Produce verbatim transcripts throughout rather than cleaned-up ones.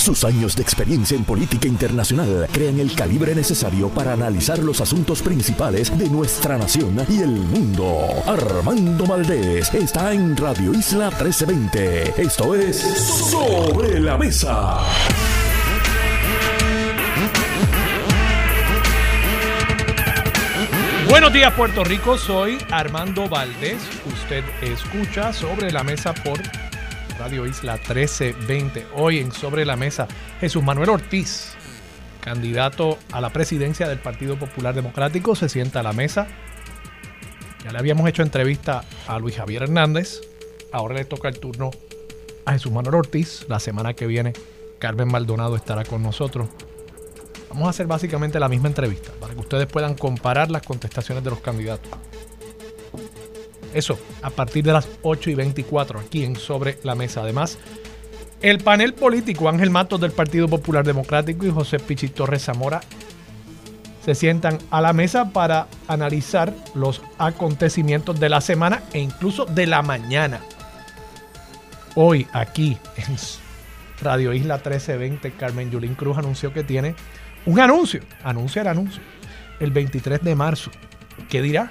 Sus años de experiencia en política internacional crean el calibre necesario para analizar los asuntos principales de nuestra nación y el mundo. Armando Valdés está en Radio Isla trece veinte. Esto es Sobre la Mesa. Buenos días, Puerto Rico. Soy Armando Valdés. Usted escucha Sobre la Mesa por Radio Isla trece veinte. Hoy en Sobre la Mesa, Jesús Manuel Ortiz, candidato a la presidencia del Partido Popular Democrático, se sienta a la mesa. Ya le habíamos hecho entrevista a Luis Javier Hernández. Ahora le toca el turno a Jesús Manuel Ortiz. La semana que viene, Carmen Maldonado estará con nosotros. Vamos a hacer básicamente la misma entrevista para que ustedes puedan comparar las contestaciones de los candidatos. Eso, a partir de las ocho y veinticuatro, aquí en Sobre la Mesa. Además, el panel político Ángel Matos del Partido Popular Democrático y José Pichi Torres Zamora se sientan a la mesa para analizar los acontecimientos de la semana e incluso de la mañana. Hoy, aquí en Radio Isla trece veinte, Carmen Yulín Cruz anunció que tiene un anuncio. Anuncia el anuncio. El veintitrés de marzo. ¿Qué dirá?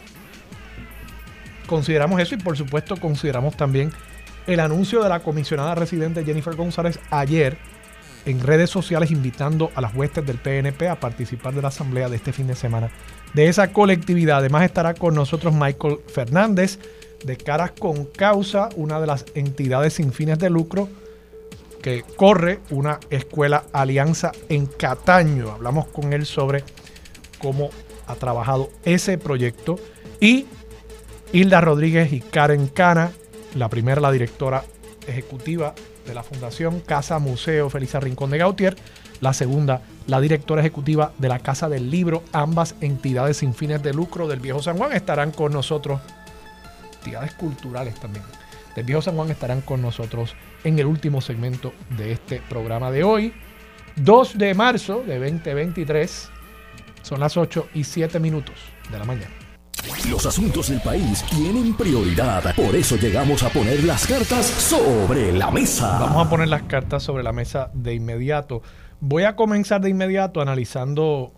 Consideramos eso y por supuesto consideramos también el anuncio de la comisionada residente Jennifer González ayer en redes sociales invitando a las huestes del P N P a participar de la asamblea de este fin de semana de esa colectividad. Además estará con nosotros Michael Fernández de Caras con Causa, una de las entidades sin fines de lucro que corre una escuela Alianza en Cataño. Hablamos con él sobre cómo ha trabajado ese proyecto. Y Hilda Rodríguez y Karen Cana, la primera, la directora ejecutiva de la Fundación Casa Museo Felisa Rincón de Gautier, la segunda, la directora ejecutiva de la Casa del Libro, ambas entidades sin fines de lucro del Viejo San Juan, estarán con nosotros, entidades culturales también del Viejo San Juan estarán con nosotros en el último segmento de este programa de hoy, dos de marzo de veinte veintitrés, son las ocho y siete minutos de la mañana. Los asuntos del país tienen prioridad, por eso llegamos a poner las cartas sobre la mesa. Vamos a poner las cartas sobre la mesa de inmediato. Voy a comenzar de inmediato analizando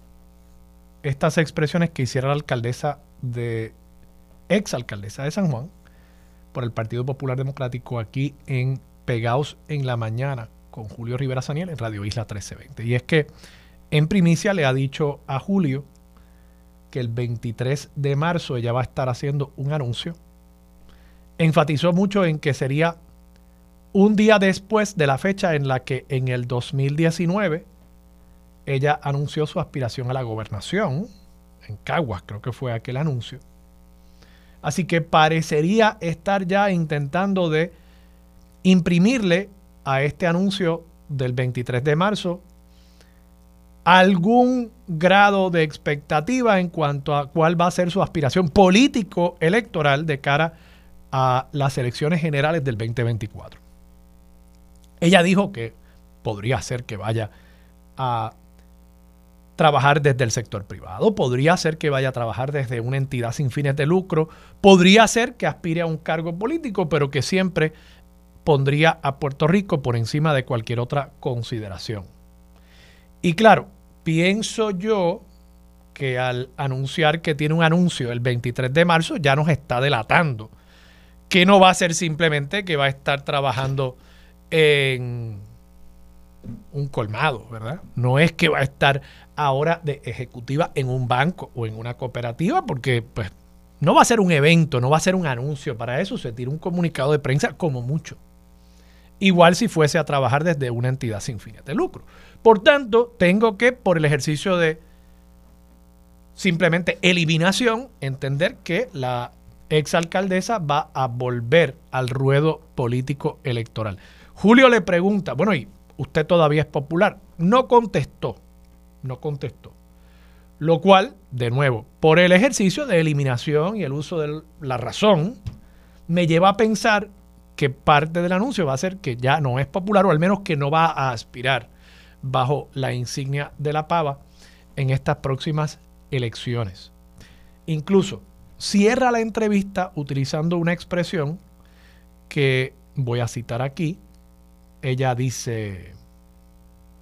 estas expresiones que hiciera la alcaldesa de, exalcaldesa de San Juan, por el Partido Popular Democrático aquí en Pegaos en la Mañana con Julio Rivera Saniel en Radio Isla trece veinte. Y es que en primicia le ha dicho a Julio que el veintitrés de marzo ella va a estar haciendo un anuncio. Enfatizó mucho en que sería un día después de la fecha en la que en el dos mil diecinueve ella anunció su aspiración a la gobernación. En Caguas creo que fue aquel anuncio. Así que parecería estar ya intentando de imprimirle a este anuncio del veintitrés de marzo algún grado de expectativa en cuanto a cuál va a ser su aspiración político-electoral de cara a las elecciones generales del veinte veinticuatro. Ella dijo que podría ser que vaya a trabajar desde el sector privado, podría ser que vaya a trabajar desde una entidad sin fines de lucro, podría ser que aspire a un cargo político, pero que siempre pondría a Puerto Rico por encima de cualquier otra consideración. Y claro, pienso yo que al anunciar que tiene un anuncio el veintitrés de marzo ya nos está delatando que no va a ser simplemente que va a estar trabajando en un colmado, ¿verdad? No es que va a estar ahora de ejecutiva en un banco o en una cooperativa, porque pues no va a ser un evento, no va a ser un anuncio. Para eso se tira un comunicado de prensa como mucho. Igual si fuese a trabajar desde una entidad sin fines de lucro. Por tanto, tengo que, por el ejercicio de simplemente eliminación, entender que la exalcaldesa va a volver al ruedo político electoral. Julio le pregunta, bueno, ¿y usted todavía es popular? No contestó, no contestó. Lo cual, de nuevo, por el ejercicio de eliminación y el uso de la razón, me lleva a pensar que parte del anuncio va a ser que ya no es popular, o al menos que no va a aspirar bajo la insignia de la pava en estas próximas elecciones. Incluso cierra la entrevista utilizando una expresión que voy a citar aquí. Ella dice: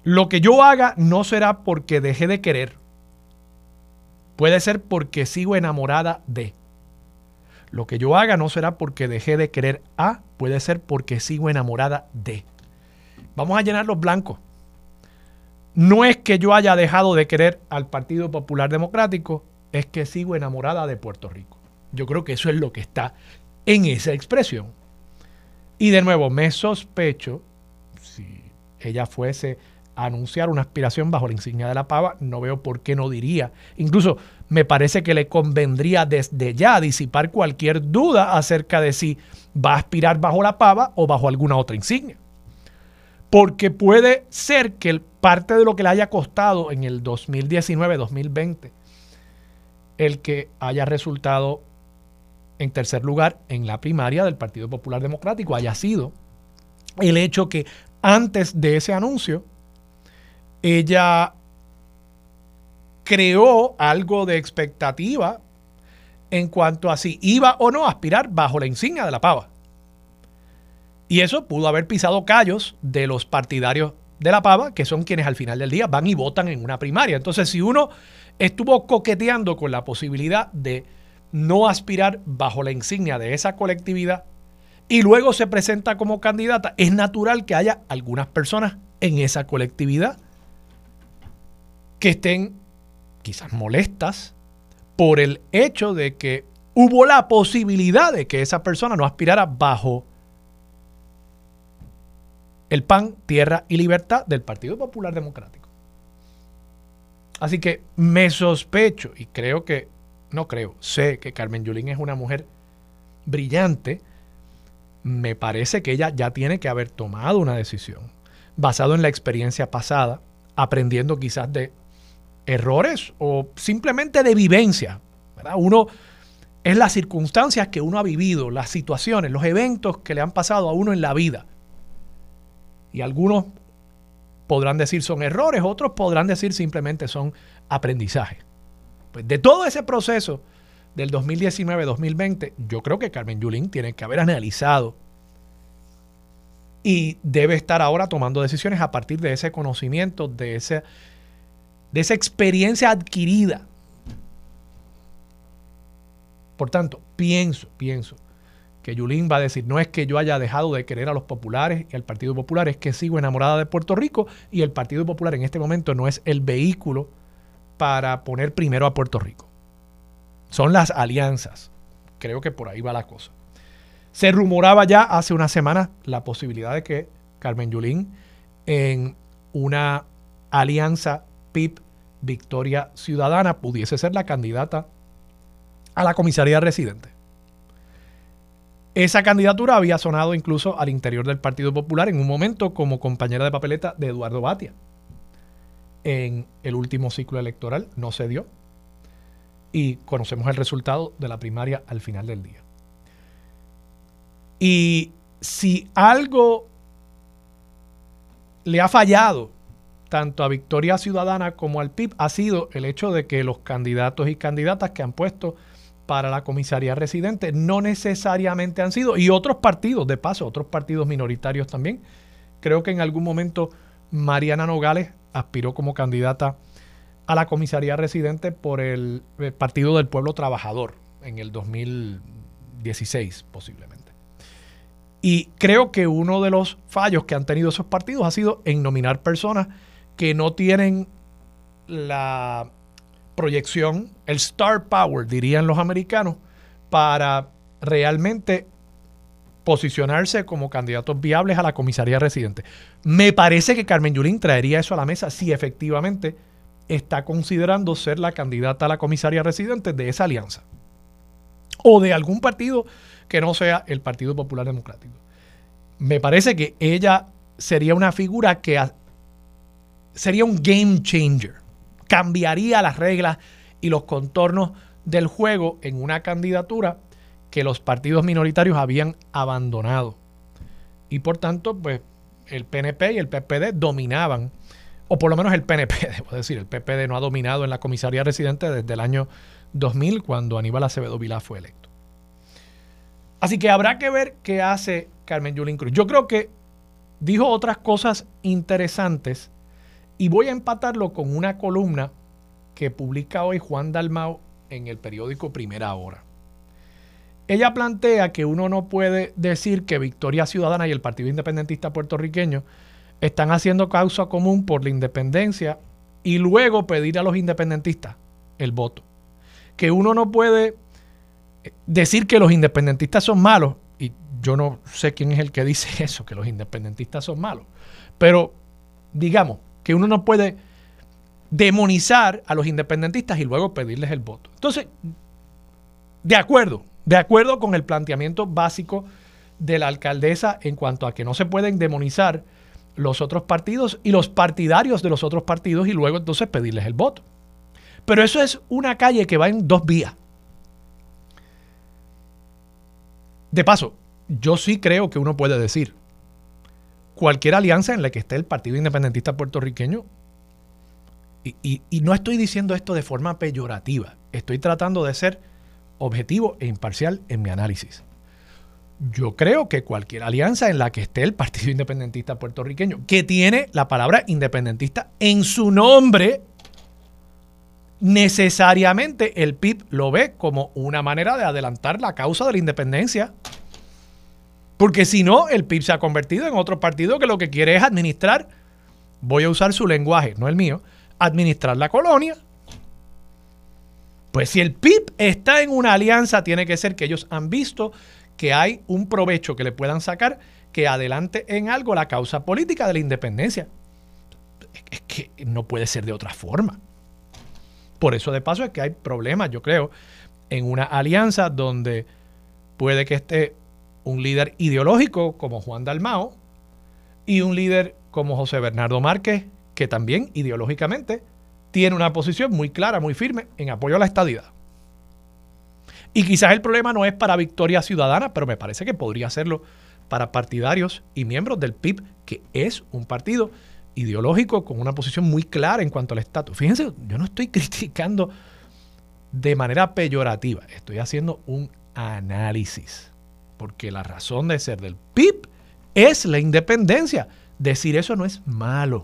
Lo que yo haga no será porque dejé de querer. Puede ser porque sigo enamorada de. Lo que yo haga no será porque dejé de querer a, puede ser porque sigo enamorada de. Vamos a llenar los blancos. No es que yo haya dejado de querer al Partido Popular Democrático, es que sigo enamorada de Puerto Rico. Yo creo que eso es lo que está en esa expresión. Y de nuevo, me sospecho, si ella fuese a anunciar una aspiración bajo la insignia de la pava, no veo por qué no diría. Incluso me parece que le convendría desde ya disipar cualquier duda acerca de si va a aspirar bajo la pava o bajo alguna otra insignia. Porque puede ser que parte de lo que le haya costado en el dos mil diecinueve dos mil veinte el que haya resultado en tercer lugar en la primaria del Partido Popular Democrático haya sido el hecho que antes de ese anuncio ella creó algo de expectativa en cuanto a si iba o no a aspirar bajo la insignia de la pava. Y eso pudo haber pisado callos de los partidarios de la pava, que son quienes al final del día van y votan en una primaria. Entonces, si uno estuvo coqueteando con la posibilidad de no aspirar bajo la insignia de esa colectividad y luego se presenta como candidata, es natural que haya algunas personas en esa colectividad que estén quizás molestas por el hecho de que hubo la posibilidad de que esa persona no aspirara bajo el pan, tierra y libertad del Partido Popular Democrático. Así que me sospecho y creo que, no creo, sé que Carmen Yulín es una mujer brillante. Me parece que ella ya tiene que haber tomado una decisión basado en la experiencia pasada, aprendiendo quizás de errores o simplemente de vivencia, ¿verdad? Uno es las circunstancias que uno ha vivido, las situaciones, los eventos que le han pasado a uno en la vida. Y algunos podrán decir son errores, otros podrán decir simplemente son aprendizajes. Pues de todo ese proceso del dos mil diecinueve dos mil veinte, yo creo que Carmen Yulín tiene que haber analizado y debe estar ahora tomando decisiones a partir de ese conocimiento, de, ese, de esa experiencia adquirida. Por tanto, pienso, pienso que Yulín va a decir, no es que yo haya dejado de querer a los populares y al Partido Popular, es que sigo enamorada de Puerto Rico y el Partido Popular en este momento no es el vehículo para poner primero a Puerto Rico. Son las alianzas. Creo que por ahí va la cosa. Se rumoraba ya hace unas semanas la posibilidad de que Carmen Yulín en una alianza P I B Victoria Ciudadana pudiese ser la candidata a la comisaría residente. Esa candidatura había sonado incluso al interior del Partido Popular en un momento como compañera de papeleta de Eduardo Batia. En el último ciclo electoral no se dio y conocemos el resultado de la primaria al final del día. Y si algo le ha fallado tanto a Victoria Ciudadana como al P I B ha sido el hecho de que los candidatos y candidatas que han puesto para la comisaría residente no necesariamente han sido, y otros partidos, de paso, otros partidos minoritarios también. Creo que en algún momento Mariana Nogales aspiró como candidata a la comisaría residente por el, el Partido del Pueblo Trabajador en el dos mil dieciséis posiblemente. Y creo que uno de los fallos que han tenido esos partidos ha sido en nominar personas que no tienen la proyección, el star power, dirían los americanos, para realmente posicionarse como candidatos viables a la comisaría residente. Me parece que Carmen Yulín traería eso a la mesa si efectivamente está considerando ser la candidata a la comisaría residente de esa alianza o de algún partido que no sea el Partido Popular Democrático. Me parece que ella sería una figura que a, sería un game changer. Cambiaría las reglas y los contornos del juego en una candidatura que los partidos minoritarios habían abandonado. Y por tanto, pues el P N P y el P P D dominaban, o por lo menos el P N P, debo decir, el P P D no ha dominado en la comisaría residente desde el año dos mil, cuando Aníbal Acevedo Vilá fue electo. Así que habrá que ver qué hace Carmen Yulín Cruz. Yo creo que dijo otras cosas interesantes Y voy a empatarlo con una columna que publica hoy Juan Dalmau en el periódico Primera Hora. Ella plantea que uno no puede decir que Victoria Ciudadana y el Partido Independentista Puertorriqueño están haciendo causa común por la independencia y luego pedir a los independentistas el voto. Que uno no puede decir que los independentistas son malos, y yo no sé quién es el que dice eso, que los independentistas son malos, pero digamos que uno no puede demonizar a los independentistas y luego pedirles el voto. Entonces, de acuerdo, de acuerdo con el planteamiento básico de la alcaldesa en cuanto a que no se pueden demonizar los otros partidos y los partidarios de los otros partidos y luego entonces pedirles el voto. Pero eso es una calle que va en dos vías. De paso, yo sí creo que uno puede decir cualquier alianza en la que esté el Partido Independentista Puertorriqueño, y, y, y no estoy diciendo esto de forma peyorativa, estoy tratando de ser objetivo e imparcial en mi análisis. Yo creo que cualquier alianza en la que esté el Partido Independentista Puertorriqueño, que tiene la palabra independentista en su nombre, necesariamente el P I B lo ve como una manera de adelantar la causa de la independencia. Porque si no, el P I B se ha convertido en otro partido que lo que quiere es administrar, voy a usar su lenguaje, no el mío, administrar la colonia. Pues si el P I B está en una alianza, tiene que ser que ellos han visto que hay un provecho que le puedan sacar que adelante en algo la causa política de la independencia. Es que no puede ser de otra forma. Por eso, de paso, es que hay problemas, yo creo, en una alianza donde puede que esté un líder ideológico como Juan Dalmau y un líder como José Bernardo Márquez, que también ideológicamente tiene una posición muy clara, muy firme en apoyo a la estadidad. Y quizás el problema no es para Victoria Ciudadana, pero me parece que podría serlo para partidarios y miembros del P I B, que es un partido ideológico con una posición muy clara en cuanto al estatus. Fíjense, yo no estoy criticando de manera peyorativa, estoy haciendo un análisis, porque la razón de ser del P I B es la independencia. Decir eso no es malo.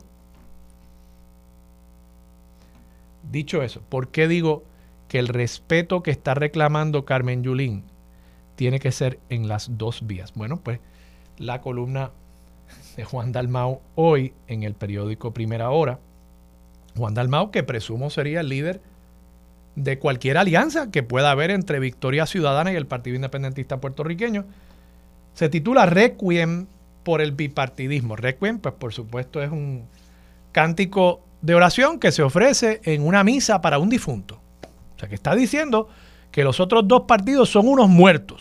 Dicho eso, ¿por qué digo que el respeto que está reclamando Carmen Yulín tiene que ser en las dos vías? Bueno, pues la columna de Juan Dalmau hoy en el periódico Primera Hora. Juan Dalmau, que presumo sería el líder de cualquier alianza que pueda haber entre Victoria Ciudadana y el Partido Independentista Puertorriqueño, se titula Requiem por el bipartidismo. Requiem, pues por supuesto, es un cántico de oración que se ofrece en una misa para un difunto. O sea, que está diciendo que los otros dos partidos son unos muertos.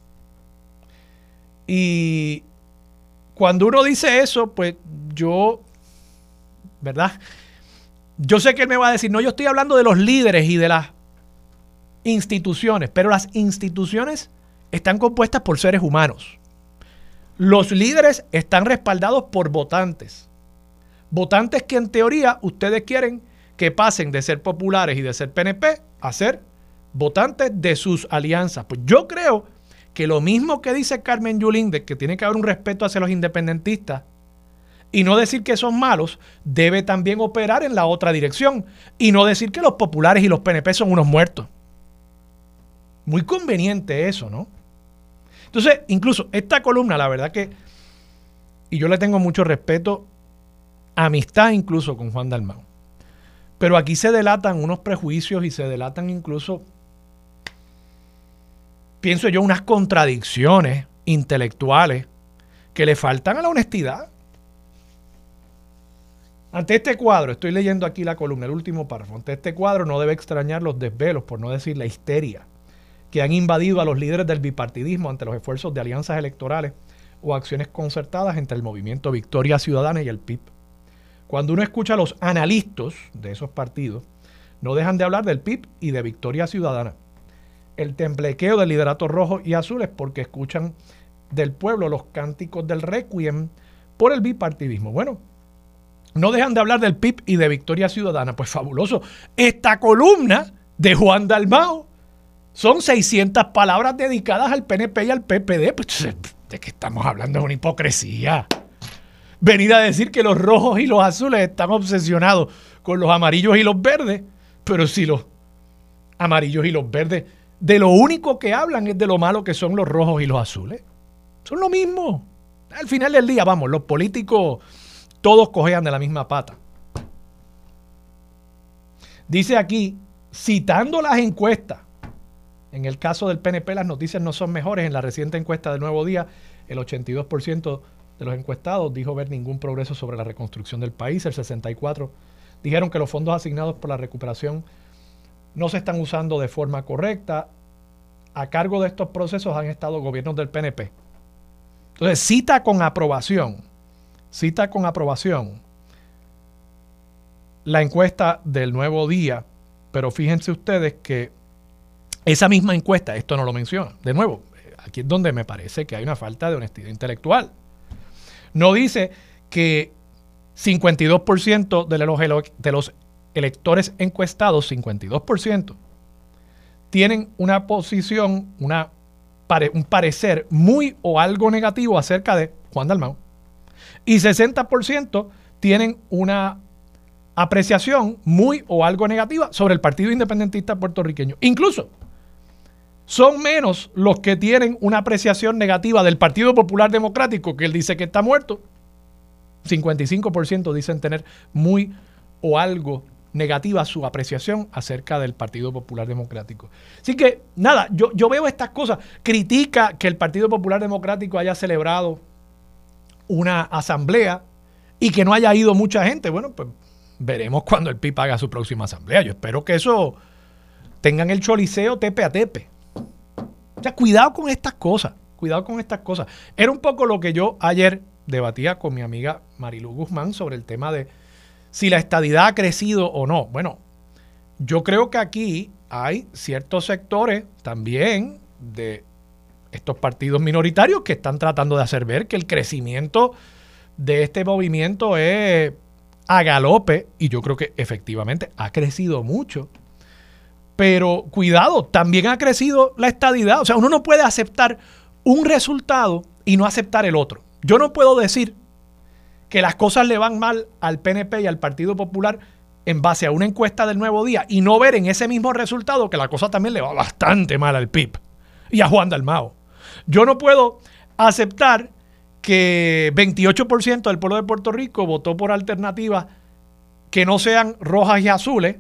Y cuando uno dice eso, pues yo, ¿verdad? Yo sé que él me va a decir, no, yo estoy hablando de los líderes y de las instituciones, pero las instituciones están compuestas por seres humanos. Los líderes están respaldados por votantes. Votantes que en teoría ustedes quieren que pasen de ser populares y de ser P N P a ser votantes de sus alianzas. Pues yo creo que lo mismo que dice Carmen Yulín, de que tiene que haber un respeto hacia los independentistas y no decir que son malos, debe también operar en la otra dirección y no decir que los populares y los P N P son unos muertos. Muy conveniente eso, ¿no? Entonces, incluso esta columna, la verdad que, y yo le tengo mucho respeto, amistad incluso con Juan Dalmau, pero aquí se delatan unos prejuicios y se delatan incluso, pienso yo, unas contradicciones intelectuales que le faltan a la honestidad. Ante este cuadro, estoy leyendo aquí la columna, el último párrafo, ante este cuadro no debe extrañar los desvelos, por no decir la histeria, que han invadido a los líderes del bipartidismo ante los esfuerzos de alianzas electorales o acciones concertadas entre el movimiento Victoria Ciudadana y el P I B. Cuando uno escucha a los analistas de esos partidos, no dejan de hablar del P I B y de Victoria Ciudadana. El temblequeo del liderato rojo y azul es porque escuchan del pueblo los cánticos del requiem por el bipartidismo. Bueno, no dejan de hablar del P I B y de Victoria Ciudadana. Pues fabuloso. Esta columna de Juan Dalmau son seiscientas palabras dedicadas al P N P y al P P D. Pues, ¿de qué estamos hablando? Es una hipocresía. venir a decir que los rojos y los azules están obsesionados con los amarillos y los verdes, pero si los amarillos y los verdes de lo único que hablan es de lo malo que son los rojos y los azules. Son lo mismo. Al final del día, vamos, los políticos todos cojean de la misma pata. Dice aquí, citando las encuestas, en el caso del P N P las noticias no son mejores. En la reciente encuesta del Nuevo Día, el ochenta y dos por ciento de los encuestados dijo ver ningún progreso sobre la reconstrucción del país. El sesenta y cuatro por ciento dijeron que los fondos asignados por la recuperación no se están usando de forma correcta. A cargo de estos procesos han estado gobiernos del P N P. Entonces, cita con aprobación, cita con aprobación la encuesta del Nuevo Día, pero fíjense ustedes que esa misma encuesta, esto no lo menciona. De nuevo, aquí es donde me parece que hay una falta de honestidad intelectual. No dice que cincuenta y dos por ciento de los, de los electores encuestados, cincuenta y dos por ciento, tienen una posición, una, un parecer muy o algo negativo acerca de Juan Dalmau. Y sesenta por ciento tienen una apreciación muy o algo negativa sobre el Partido Independentista puertorriqueño. Incluso son menos los que tienen una apreciación negativa del Partido Popular Democrático, que él dice que está muerto. cincuenta y cinco por ciento dicen tener muy o algo negativa su apreciación acerca del Partido Popular Democrático. Así que, nada, yo, yo veo estas cosas. Critica que el Partido Popular Democrático haya celebrado una asamblea y que no haya ido mucha gente. Bueno, pues veremos cuando el P I B haga su próxima asamblea. Yo espero que eso tengan el choliseo tepe a tepe. O sea, cuidado con estas cosas. Cuidado con estas cosas. Era un poco lo que yo ayer debatía con mi amiga Marilu Guzmán sobre el tema de si la estadidad ha crecido o no. Bueno, yo creo que aquí hay ciertos sectores también de estos partidos minoritarios que están tratando de hacer ver que el crecimiento de este movimiento es a galope, y yo creo que efectivamente ha crecido mucho. Pero cuidado, también ha crecido la estadidad. O sea, uno no puede aceptar un resultado y no aceptar el otro. Yo no puedo decir que las cosas le van mal al P N P y al Partido Popular en base a una encuesta del Nuevo Día y no ver en ese mismo resultado que la cosa también le va bastante mal al P I B y a Juan Dalmau. Yo no puedo aceptar que veintiocho por ciento del pueblo de Puerto Rico votó por alternativas que no sean rojas y azules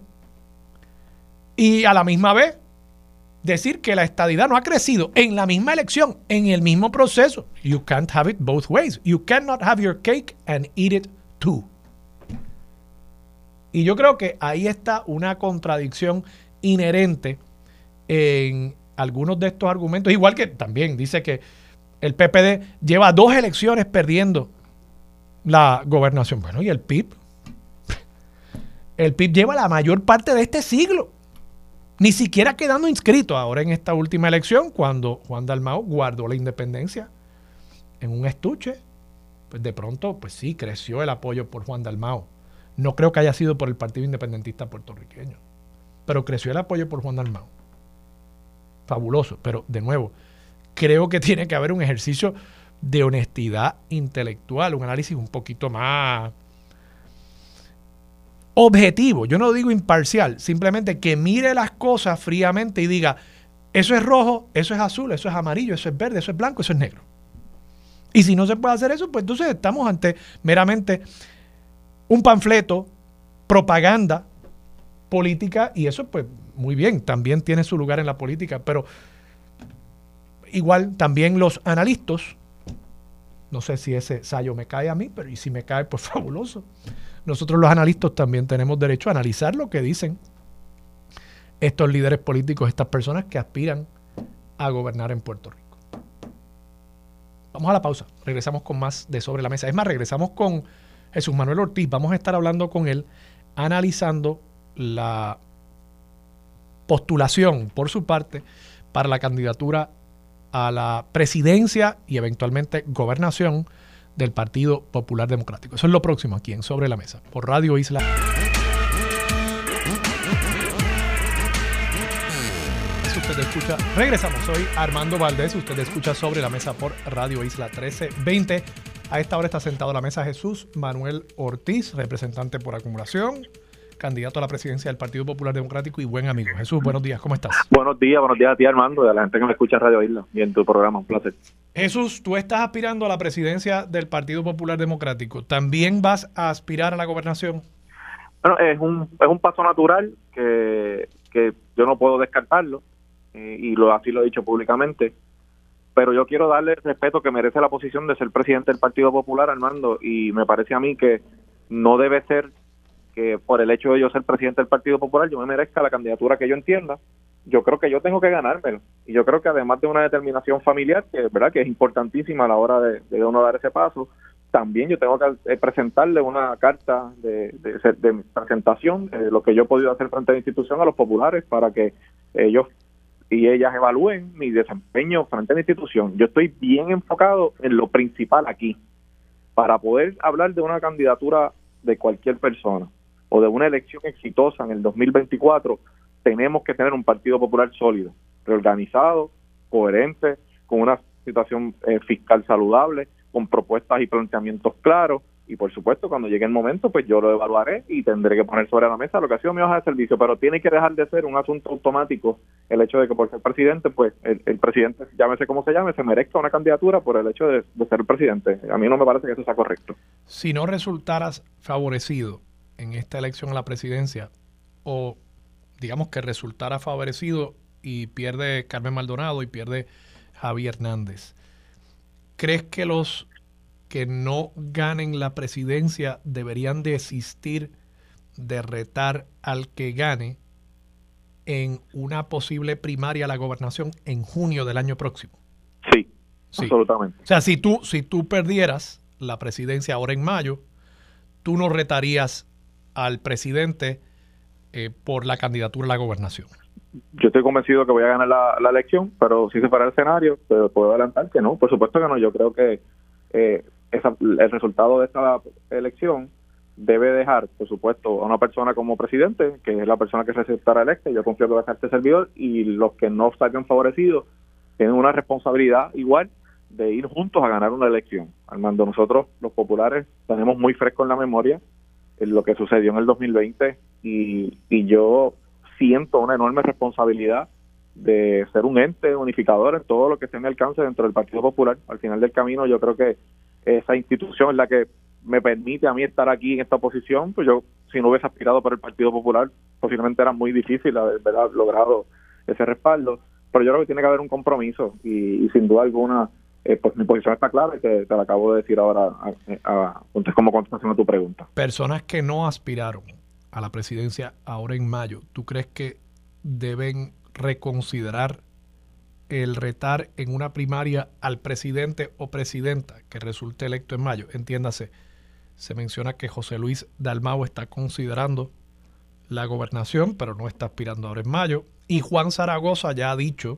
y a la misma vez decir que la estadidad no ha crecido en la misma elección, en el mismo proceso. You can't have it both ways. You cannot have your cake and eat it too. Y yo creo que ahí está una contradicción inherente en algunos de estos argumentos. Igual que también dice que el P P D lleva dos elecciones perdiendo la gobernación. Bueno, y el P I B. El P I B lleva la mayor parte de este siglo ni siquiera quedando inscrito ahora en esta última elección, cuando Juan Dalmau guardó la independencia en un estuche. Pues de pronto, pues sí, creció el apoyo por Juan Dalmau. No creo que haya sido por el Partido Independentista puertorriqueño, pero creció el apoyo por Juan Dalmau. Fabuloso, pero de nuevo, creo que tiene que haber un ejercicio de honestidad intelectual, un análisis un poquito más objetivo. Yo no digo imparcial, simplemente que mire las cosas fríamente y diga, eso es rojo, eso es azul, eso es amarillo, eso es verde, eso es blanco, eso es negro. Y si no se puede hacer eso, pues entonces estamos ante meramente un panfleto, propaganda política, y eso pues muy bien, también tiene su lugar en la política, pero igual también los analistas, no sé si ese sayo me cae a mí, pero y si me cae, pues fabuloso. Nosotros los analistas también tenemos derecho a analizar lo que dicen estos líderes políticos, estas personas que aspiran a gobernar en Puerto Rico. Vamos a la pausa, regresamos con más de Sobre la Mesa. Es más, regresamos con Jesús Manuel Ortiz, vamos a estar hablando con él, analizando la postulación por su parte para la candidatura a la presidencia y eventualmente gobernación del Partido Popular Democrático. Eso es lo próximo aquí en Sobre la Mesa, por Radio Isla. Usted escucha, regresamos, soy Armando Valdés, usted escucha Sobre la Mesa por Radio Isla trece veinte. A esta hora está sentado a la mesa Jesús Manuel Ortiz, representante por acumulación, candidato a la presidencia del Partido Popular Democrático y buen amigo. Jesús, buenos días, ¿cómo estás? Buenos días, buenos días a ti, Armando, y a la gente que me escucha en Radio Isla y en tu programa, un placer. Jesús, tú estás aspirando a la presidencia del Partido Popular Democrático. ¿También vas a aspirar a la gobernación? Bueno, es un es un paso natural que, que yo no puedo descartarlo, eh, y lo así lo he dicho públicamente, pero yo quiero darle el respeto que merece la posición de ser presidente del Partido Popular, Armando, y me parece a mí que no debe ser que por el hecho de yo ser presidente del Partido Popular yo me merezca la candidatura que yo entienda. Yo creo que yo tengo que ganármelo, y yo creo que además de una determinación familiar, que verdad que es importantísima a la hora de, de uno dar ese paso, también yo tengo que eh, presentarle una carta de, de, de presentación de lo que yo he podido hacer frente a la institución a los populares para que ellos y ellas evalúen mi desempeño frente a la institución. Yo estoy bien enfocado en lo principal aquí. Para poder hablar de una candidatura de cualquier persona o de una elección exitosa en el dos mil veinticuatro, tenemos que tener un Partido Popular sólido, reorganizado, coherente, con una situación eh, fiscal saludable, con propuestas y planteamientos claros, y por supuesto cuando llegue el momento pues yo lo evaluaré y tendré que poner sobre la mesa lo que ha sido mi hoja de servicio, pero tiene que dejar de ser un asunto automático el hecho de que por ser presidente pues el, el presidente, llámese como se llame, se merezca una candidatura por el hecho de, de ser presidente. A mí no me parece que eso sea correcto. Si no resultaras favorecido en esta elección a la presidencia, o digamos que resultara favorecido y pierde Carmen Maldonado y pierde Javier Hernández, ¿crees que los que no ganen la presidencia deberían desistir de retar al que gane en una posible primaria a la gobernación en junio del año próximo? Sí, sí. Absolutamente. O sea, si tú, si tú perdieras la presidencia ahora en mayo, tú no retarías al presidente eh, por la candidatura a la gobernación. Yo estoy convencido que voy a ganar la, la elección, pero si se fuera el escenario, pero puedo adelantar que no, por supuesto que no. Yo creo que eh, esa, el resultado de esta elección debe dejar, por supuesto, a una persona como presidente, que es la persona que resultará electa. Yo confío que va a ser este servidor, y los que no salgan favorecidos tienen una responsabilidad igual de ir juntos a ganar una elección. Armando, nosotros, los populares, tenemos muy fresco en la memoria en lo que sucedió en el dos mil veinte, y, y yo siento una enorme responsabilidad de ser un ente unificador en todo lo que esté en mi alcance dentro del Partido Popular. Al final del camino yo creo que esa institución es la que me permite a mí estar aquí en esta posición. Pues yo, si no hubiese aspirado por el Partido Popular, posiblemente era muy difícil haber, ¿verdad?, logrado ese respaldo, pero yo creo que tiene que haber un compromiso, y, y sin duda alguna eh, pues mi posición está clara, y te, te la acabo de decir ahora a, a, a, como contestación a tu pregunta. Personas que no aspiraron a la presidencia ahora en mayo, ¿tú crees que deben reconsiderar el retar en una primaria al presidente o presidenta que resulte electo en mayo? Entiéndase, se menciona que José Luis Dalmau está considerando la gobernación, pero no está aspirando ahora en mayo, y Juan Zaragoza ya ha dicho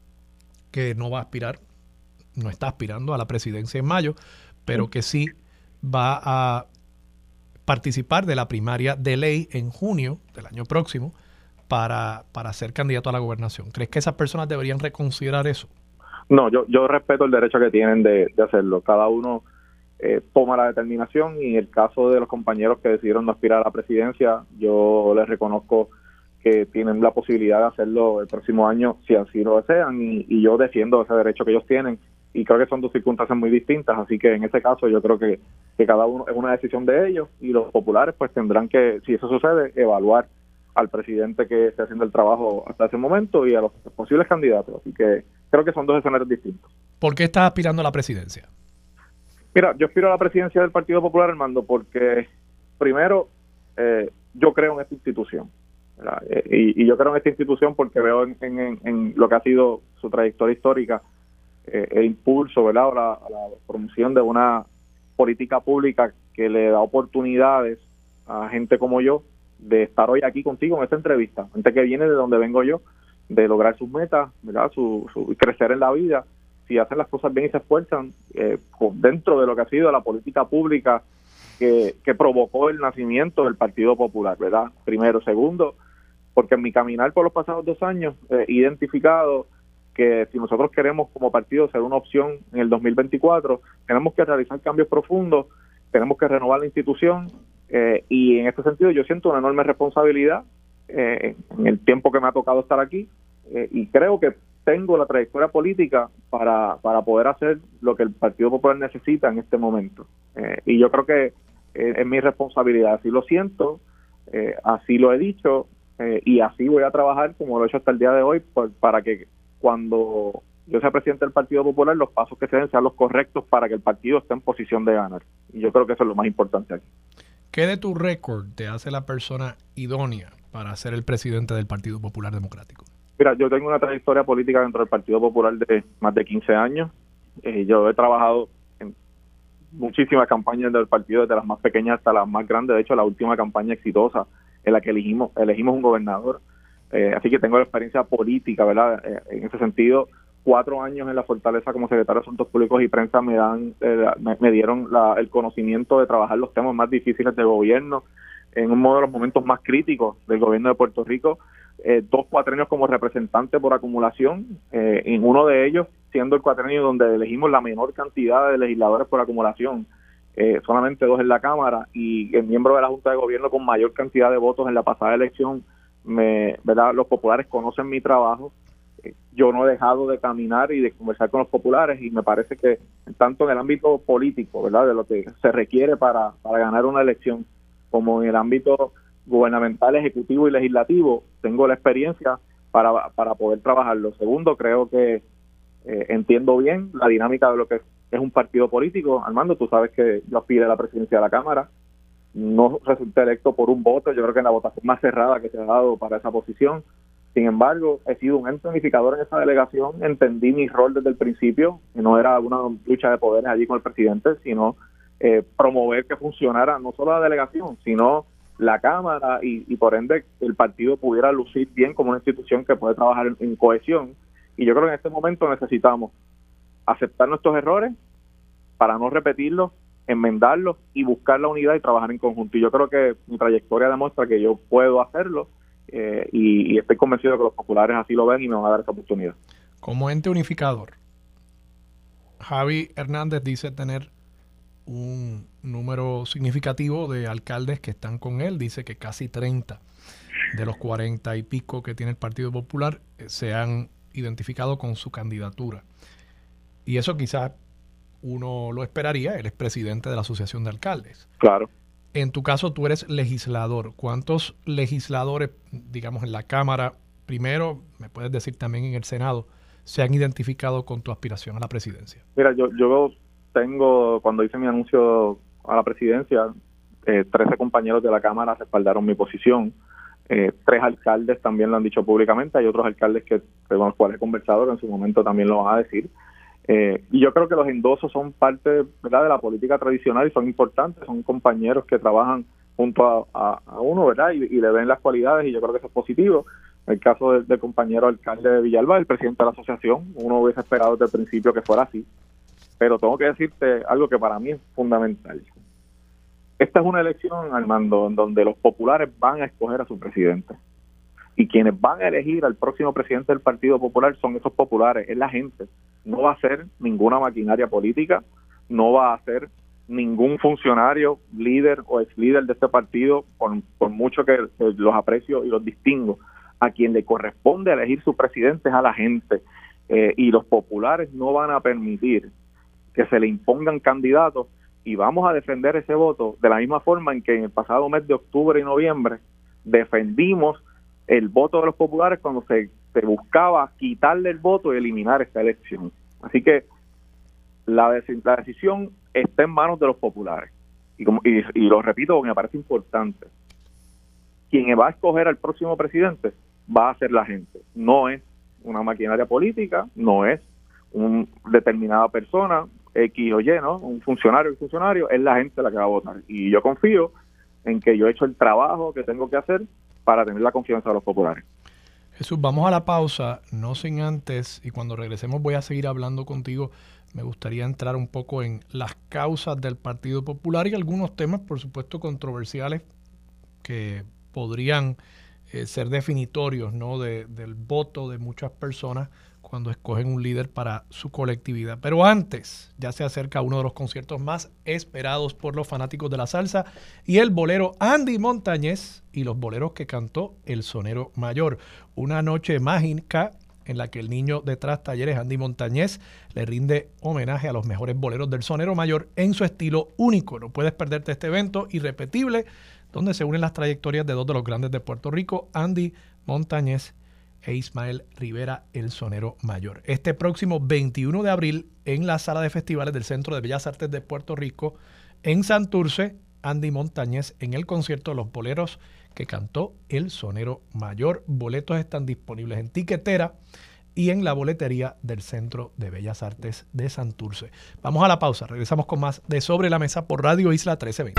que no va a aspirar, no está aspirando a la presidencia en mayo, pero que sí va a participar de la primaria de ley en junio del año próximo para, para ser candidato a la gobernación. ¿Crees que esas personas deberían reconsiderar eso? No, yo, yo respeto el derecho que tienen de, de hacerlo. Cada uno eh, toma la determinación, y en el caso de los compañeros que decidieron no aspirar a la presidencia, yo les reconozco que tienen la posibilidad de hacerlo el próximo año si así lo desean, y, y yo defiendo ese derecho que ellos tienen, y creo que son dos circunstancias muy distintas, así que en ese caso yo creo que, que cada uno es una decisión de ellos, y los populares pues tendrán que, si eso sucede, evaluar al presidente que esté haciendo el trabajo hasta ese momento y a los posibles candidatos. Así que creo que son dos escenarios distintos. ¿Por qué estás aspirando a la presidencia? Mira, yo aspiro a la presidencia del Partido Popular, Armando, porque primero eh, yo creo en esta institución. Eh, y, y yo creo en esta institución porque veo en, en, en lo que ha sido su trayectoria histórica, eh, el impulso, ¿verdad?, a la, a la promoción de una política pública que le da oportunidades a gente como yo de estar hoy aquí contigo en esta entrevista, gente que viene de donde vengo yo, de lograr sus metas, ¿verdad?, su, su crecer en la vida, si hacen las cosas bien y se esfuerzan eh, dentro de lo que ha sido la política pública que, que provocó el nacimiento del Partido Popular, ¿verdad? Primero. Segundo, porque en mi caminar por los pasados dos años he eh, identificado que si nosotros queremos como partido ser una opción en el dos mil veinticuatro, tenemos que realizar cambios profundos, tenemos que renovar la institución, eh, y en este sentido yo siento una enorme responsabilidad eh, en el tiempo que me ha tocado estar aquí, eh, y creo que tengo la trayectoria política para, para poder hacer lo que el Partido Popular necesita en este momento. Eh, y yo creo que eh, es mi responsabilidad, así lo siento, eh, así lo he dicho, eh, y así voy a trabajar como lo he hecho hasta el día de hoy, por, para que cuando yo sea presidente del Partido Popular, los pasos que se den sean los correctos para que el partido esté en posición de ganar. Y yo creo que eso es lo más importante aquí. ¿Qué de tu récord te hace la persona idónea para ser el presidente del Partido Popular Democrático? Mira, yo tengo una trayectoria política dentro del Partido Popular de más de quince años. Eh, yo he trabajado en muchísimas campañas del partido, desde las más pequeñas hasta las más grandes. De hecho, la última campaña exitosa en la que elegimos elegimos un gobernador. Eh, así que tengo la experiencia política, ¿verdad? Eh, en ese sentido, cuatro años en la Fortaleza como secretario de Asuntos Públicos y Prensa me dan eh, me, me dieron la, el conocimiento de trabajar los temas más difíciles del gobierno en uno de los momentos más críticos del gobierno de Puerto Rico. Eh, dos cuatrenios como representante por acumulación, eh, en uno de ellos siendo el cuatrenio donde elegimos la menor cantidad de legisladores por acumulación, eh, solamente dos en la Cámara, y el miembro de la Junta de Gobierno con mayor cantidad de votos en la pasada elección. Me, ¿verdad? Los populares conocen mi trabajo, eh, yo no he dejado de caminar y de conversar con los populares, y me parece que tanto en el ámbito político, ¿verdad?, de lo que se requiere para, para ganar una elección, como en el ámbito gubernamental, ejecutivo y legislativo, tengo la experiencia para, para poder trabajarlo. Segundo, creo que eh, entiendo bien la dinámica de lo que es un partido político. Armando, tú sabes que yo aspiré a la presidencia de la Cámara, no resulté electo por un voto, yo creo que en la votación más cerrada que se ha dado para esa posición. Sin embargo, he sido un ente unificador en esa delegación, entendí mi rol desde el principio, que no era una lucha de poderes allí con el presidente, sino eh, promover que funcionara no solo la delegación, sino la Cámara, y, y por ende el partido pudiera lucir bien como una institución que puede trabajar en, en cohesión. Y yo creo que en este momento necesitamos aceptar nuestros errores para no repetirlos, enmendarlos y buscar la unidad y trabajar en conjunto. Y yo creo que mi trayectoria demuestra que yo puedo hacerlo, eh, y, y estoy convencido de que los populares así lo ven y me van a dar esa oportunidad. Como ente unificador, Javi Hernández dice tener un número significativo de alcaldes que están con él. Dice que casi treinta de los cuarenta y pico que tiene el Partido Popular eh, se han identificado con su candidatura. Y eso quizás uno lo esperaría. Él es presidente de la Asociación de Alcaldes. Claro. En tu caso, tú eres legislador. ¿Cuántos legisladores, digamos, en la Cámara, primero, me puedes decir también en el Senado, se han identificado con tu aspiración a la presidencia? Mira, yo, yo tengo, cuando hice mi anuncio a la presidencia, eh, trece compañeros de la Cámara respaldaron mi posición. Eh, tres alcaldes también lo han dicho públicamente. Hay otros alcaldes que, con los cuales he conversado que en su momento también lo van a decir. Eh, y yo creo que los endosos son parte, ¿verdad?, de la política tradicional y son importantes. Son compañeros que trabajan junto a, a, a uno, ¿verdad?, y, y le ven las cualidades, y yo creo que eso es positivo. El caso del, del compañero alcalde de Villalba, el presidente de la asociación, uno hubiese esperado desde el principio que fuera así. Pero tengo que decirte algo que para mí es fundamental. Esta es una elección, Armando, en donde los populares van a escoger a su presidente. Y quienes van a elegir al próximo presidente del Partido Popular son esos populares, es la gente. No va a ser ninguna maquinaria política, no va a ser ningún funcionario, líder o ex líder de este partido, por, por mucho que, que los aprecio y los distingo. A quien le corresponde elegir su presidente es a la gente. Eh, y los populares no van a permitir que se le impongan candidatos, y vamos a defender ese voto de la misma forma en que en el pasado mes de octubre y noviembre defendimos el voto de los populares cuando se, se buscaba quitarle el voto y eliminar esta elección. Así que la, la decisión está en manos de los populares. Y, como, y, y lo repito porque me parece importante. Quien va a escoger al próximo presidente va a ser la gente. No es una maquinaria política, no es una determinada persona, X o Y, ¿no? Un funcionario y funcionario, es la gente la que va a votar. Y yo confío en que yo he hecho el trabajo que tengo que hacer para tener la confianza de los populares. Jesús, vamos a la pausa, no sin antes, y cuando regresemos voy a seguir hablando contigo. Me gustaría entrar un poco en las causas del Partido Popular y algunos temas, por supuesto, controversiales que podrían eh, ser definitorios, ¿no?, de, del voto de muchas personas cuando escogen un líder para su colectividad. Pero antes, ya se acerca uno de los conciertos más esperados por los fanáticos de la salsa y el bolero Andy Montañez y los boleros que cantó el Sonero Mayor. Una noche mágica en la que el niño detrás talleres Andy Montañez le rinde homenaje a los mejores boleros del Sonero Mayor en su estilo único. No puedes perderte este evento irrepetible donde se unen las trayectorias de dos de los grandes de Puerto Rico, Andy Montañez e Ismael Rivera, el Sonero Mayor. Este próximo veintiuno de abril, en la sala de festivales del Centro de Bellas Artes de Puerto Rico, en Santurce, Andy Montañez en el concierto de los boleros que cantó el Sonero Mayor. Boletos están disponibles en Tiquetera y en la boletería del Centro de Bellas Artes de Santurce. Vamos a la pausa, regresamos con más de Sobre la Mesa por Radio Isla trece veinte.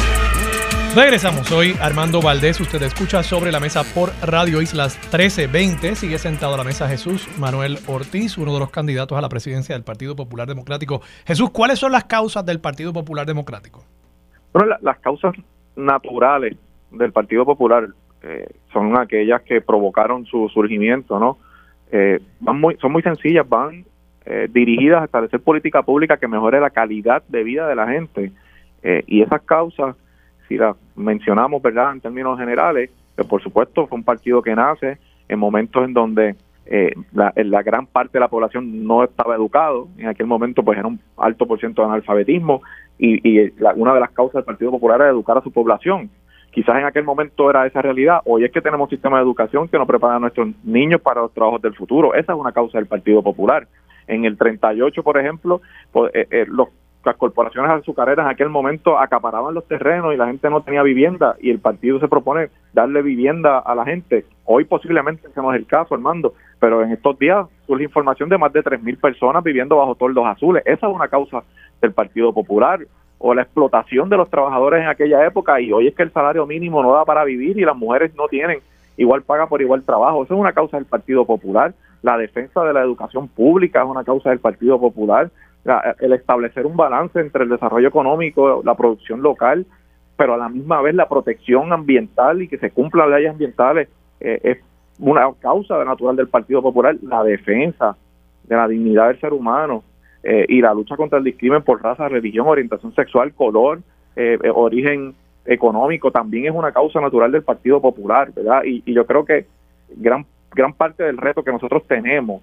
Regresamos, soy Armando Valdés, usted escucha Sobre la Mesa por Radio Islas trece veinte. Sigue sentado a la mesa Jesús Manuel Ortiz, uno de los candidatos a la presidencia del Partido Popular Democrático. Jesús, ¿cuáles son las causas del Partido Popular Democrático? Bueno, la, las causas naturales del Partido Popular eh, son aquellas que provocaron su surgimiento, ¿no? Eh, van muy, son muy sencillas, van eh, dirigidas a establecer política pública que mejore la calidad de vida de la gente. Eh, y esas causas, si las mencionamos, ¿verdad?, en términos generales, pues por supuesto fue un partido que nace en momentos en donde eh, la, la gran parte de la población no estaba educado. En aquel momento pues era un alto por ciento de analfabetismo y, y la, una de las causas del Partido Popular era educar a su población. Quizás en aquel momento era esa realidad. Hoy es que tenemos un sistema de educación que no prepara a nuestros niños para los trabajos del futuro. Esa es una causa del Partido Popular. En el treinta y ocho, por ejemplo, pues, eh, eh, los, las corporaciones azucareras en aquel momento acaparaban los terrenos y la gente no tenía vivienda, y el partido se propone darle vivienda a la gente. Hoy posiblemente ese no es el caso, Armando, pero en estos días surge información de más de tres mil personas viviendo bajo toldos azules. Esa es una causa del Partido Popular. O la explotación de los trabajadores en aquella época, y hoy es que el salario mínimo no da para vivir y las mujeres no tienen igual paga por igual trabajo. Eso es una causa del Partido Popular. La defensa de la educación pública es una causa del Partido Popular. La, el establecer un balance entre el desarrollo económico, la producción local, pero a la misma vez la protección ambiental y que se cumplan las leyes ambientales, eh, es una causa natural del Partido Popular. La defensa de la dignidad del ser humano, Eh, y la lucha contra el discrimen por raza, religión, orientación sexual, color, eh, eh, origen económico, también es una causa natural del Partido Popular, ¿verdad? Y, y yo creo que gran gran parte del reto que nosotros tenemos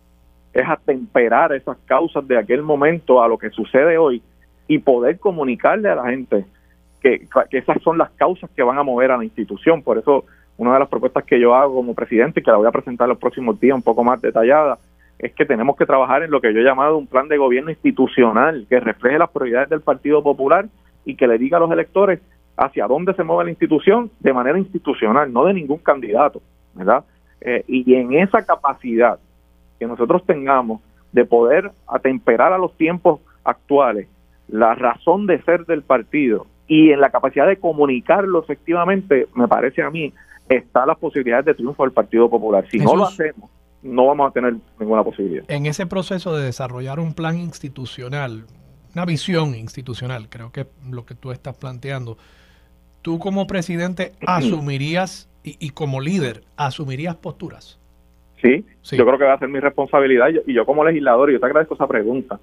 es atemperar esas causas de aquel momento a lo que sucede hoy y poder comunicarle a la gente que, que esas son las causas que van a mover a la institución. Por eso, una de las propuestas que yo hago como presidente, que la voy a presentar los próximos días un poco más detallada, es que tenemos que trabajar en lo que yo he llamado un plan de gobierno institucional que refleje las prioridades del Partido Popular y que le diga a los electores hacia dónde se mueve la institución de manera institucional, no de ningún candidato, ¿verdad? Eh, y en esa capacidad que nosotros tengamos de poder atemperar a los tiempos actuales la razón de ser del partido y en la capacidad de comunicarlo efectivamente, me parece a mí, están las posibilidades de triunfo del Partido Popular. Si Jesús, no lo hacemos, no vamos a tener ninguna posibilidad. En ese proceso de desarrollar un plan institucional, una visión institucional, creo que es lo que tú estás planteando, tú como presidente asumirías, y, y como líder, asumirías posturas. Sí, sí, yo creo que va a ser mi responsabilidad, y yo, y yo como legislador, y yo te agradezco esa pregunta,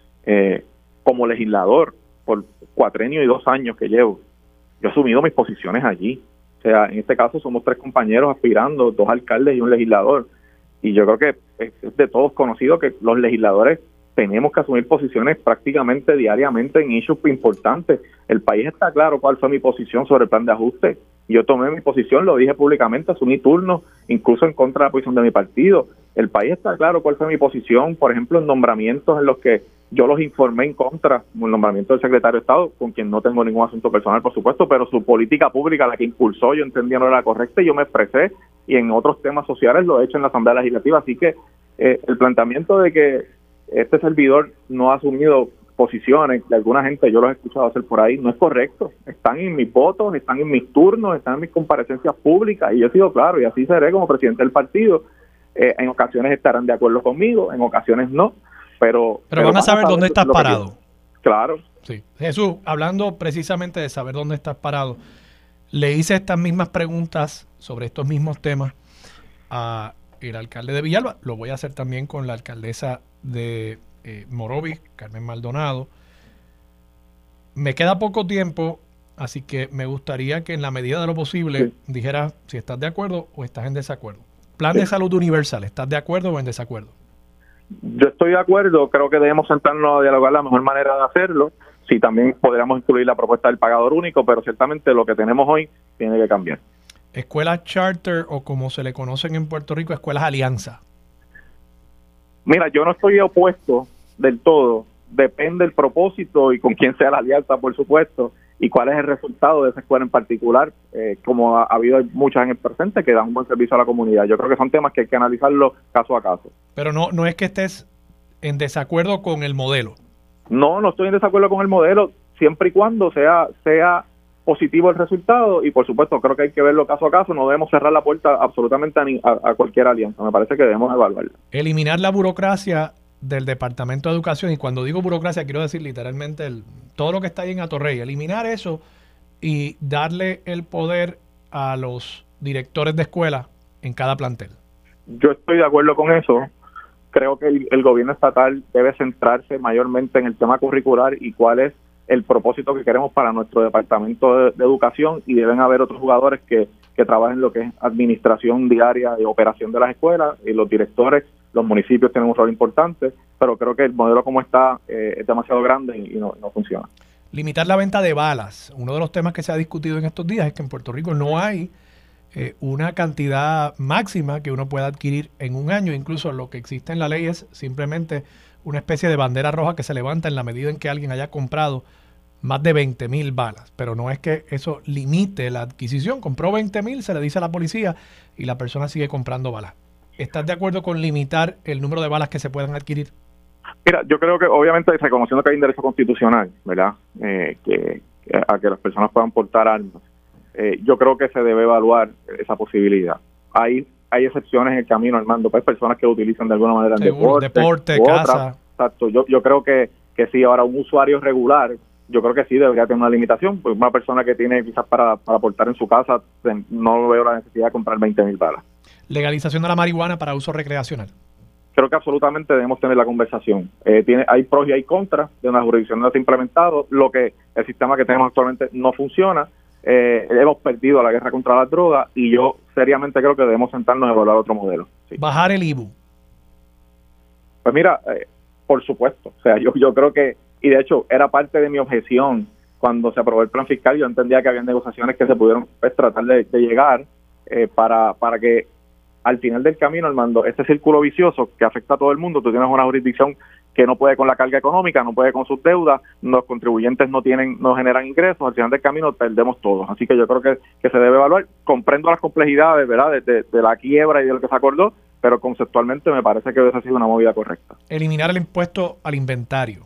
eh, como legislador, por cuatrenio y dos años que llevo, yo he asumido mis posiciones allí. O sea, en este caso somos tres compañeros aspirando, dos alcaldes y un legislador. Y yo creo que es de todos conocido que los legisladores tenemos que asumir posiciones prácticamente diariamente en issues importantes. El país está claro cuál fue mi posición sobre el plan de ajuste. Yo tomé mi posición, lo dije públicamente, asumí turnos, incluso en contra de la posición de mi partido. El país está claro cuál fue mi posición, por ejemplo, en nombramientos en los que yo los informé en contra, como el nombramiento del secretario de Estado, con quien no tengo ningún asunto personal, por supuesto, pero su política pública, la que impulsó, yo entendía no era correcta y yo me expresé, y en otros temas sociales lo he hecho en la Asamblea Legislativa. Así que eh, el planteamiento de que este servidor no ha asumido posiciones de alguna gente, yo los he escuchado hacer por ahí, no es correcto. Están en mis votos, están en mis turnos, están en mis comparecencias públicas, y yo he sido claro, y así seré como presidente del partido. Eh, en ocasiones estarán de acuerdo conmigo, en ocasiones no, pero... Pero, pero van a saber, a saber dónde estás parado. Claro. Sí. Jesús, hablando precisamente de saber dónde estás parado, le hice estas mismas preguntas sobre estos mismos temas a el alcalde de Villalba, lo voy a hacer también con la alcaldesa de eh, Morovis, Carmen Maldonado. Me queda poco tiempo, así que me gustaría que en la medida de lo posible sí. dijeras si estás de acuerdo o estás en desacuerdo. Plan sí. de salud universal, ¿estás de acuerdo o en desacuerdo? Yo estoy de acuerdo, creo que debemos sentarnos a dialogar la mejor manera de hacerlo. Sí, también podríamos incluir la propuesta del pagador único, pero ciertamente lo que tenemos hoy tiene que cambiar. Escuelas charter o como se le conocen en Puerto Rico, escuelas alianza. Mira, yo no estoy opuesto del todo. Depende del propósito y con quién sea la alianza, por supuesto, y cuál es el resultado de esa escuela en particular, eh, como ha, ha habido muchas en el presente que dan un buen servicio a la comunidad. Yo creo que son temas que hay que analizarlo caso a caso. Pero no, no es que estés en desacuerdo con el modelo. No, no estoy en desacuerdo con el modelo, siempre y cuando sea sea positivo el resultado, y por supuesto creo que hay que verlo caso a caso. No debemos cerrar la puerta absolutamente a, ni, a, a cualquier alianza. Me parece que debemos evaluarla. Eliminar la burocracia del Departamento de Educación, y cuando digo burocracia quiero decir literalmente el, todo lo que está ahí en Atorrey, eliminar eso y darle el poder a los directores de escuela en cada plantel. Yo estoy de acuerdo con eso. Creo que el, el gobierno estatal debe centrarse mayormente en el tema curricular y cuál es el propósito que queremos para nuestro departamento de, de educación, y deben haber otros jugadores que, que trabajen lo que es administración diaria y operación de las escuelas, y los directores, los municipios tienen un rol importante, pero creo que el modelo como está eh, es demasiado grande y, y no, no funciona. Limitar la venta de balas. Uno de los temas que se ha discutido en estos días es que en Puerto Rico no hay eh, una cantidad máxima que uno pueda adquirir en un año. Incluso lo que existe en la ley es simplemente una especie de bandera roja que se levanta en la medida en que alguien haya comprado más de veinte mil balas, pero no es que eso limite la adquisición. Compró veinte mil, se le dice a la policía y la persona sigue comprando balas. ¿Estás de acuerdo con limitar el número de balas que se puedan adquirir? Mira, yo creo que obviamente reconociendo que hay un derecho constitucional, ¿verdad? Eh, que, que a que las personas puedan portar armas. Eh, yo creo que se debe evaluar esa posibilidad. Hay hay excepciones en el camino, Armando, pues personas que lo utilizan de alguna manera en Seguro, deporte, deporte casa. Exacto. Yo yo creo que que sí. Ahora un usuario regular, yo creo que sí debería tener una limitación. Pues una persona que tiene quizás para para portar en su casa, no veo la necesidad de comprar veinte mil balas. Legalización de la marihuana para uso recreacional. Creo que absolutamente debemos tener la conversación. Eh, tiene, hay pros y hay contras de una jurisdicción no se ha implementado. Lo que el sistema que tenemos actualmente no funciona. Eh, hemos perdido la guerra contra la droga y yo seriamente creo que debemos sentarnos a evaluar otro modelo. Sí. Bajar el I B U. Pues mira, eh, por supuesto. O sea, yo, yo creo que, y de hecho era parte de mi objeción cuando se aprobó el plan fiscal. Yo entendía que había negociaciones que se pudieron pues, tratar de, de llegar eh, para, para que al final del camino, Armando, este círculo vicioso que afecta a todo el mundo. Tú tienes una jurisdicción que no puede con la carga económica, no puede con sus deudas, los contribuyentes no tienen, no generan ingresos, al final del camino perdemos todos. Así que yo creo que, que se debe evaluar. Comprendo las complejidades, ¿verdad?, de, de, de la quiebra y de lo que se acordó, pero conceptualmente me parece que hubiese sido una movida correcta. Eliminar el impuesto al inventario.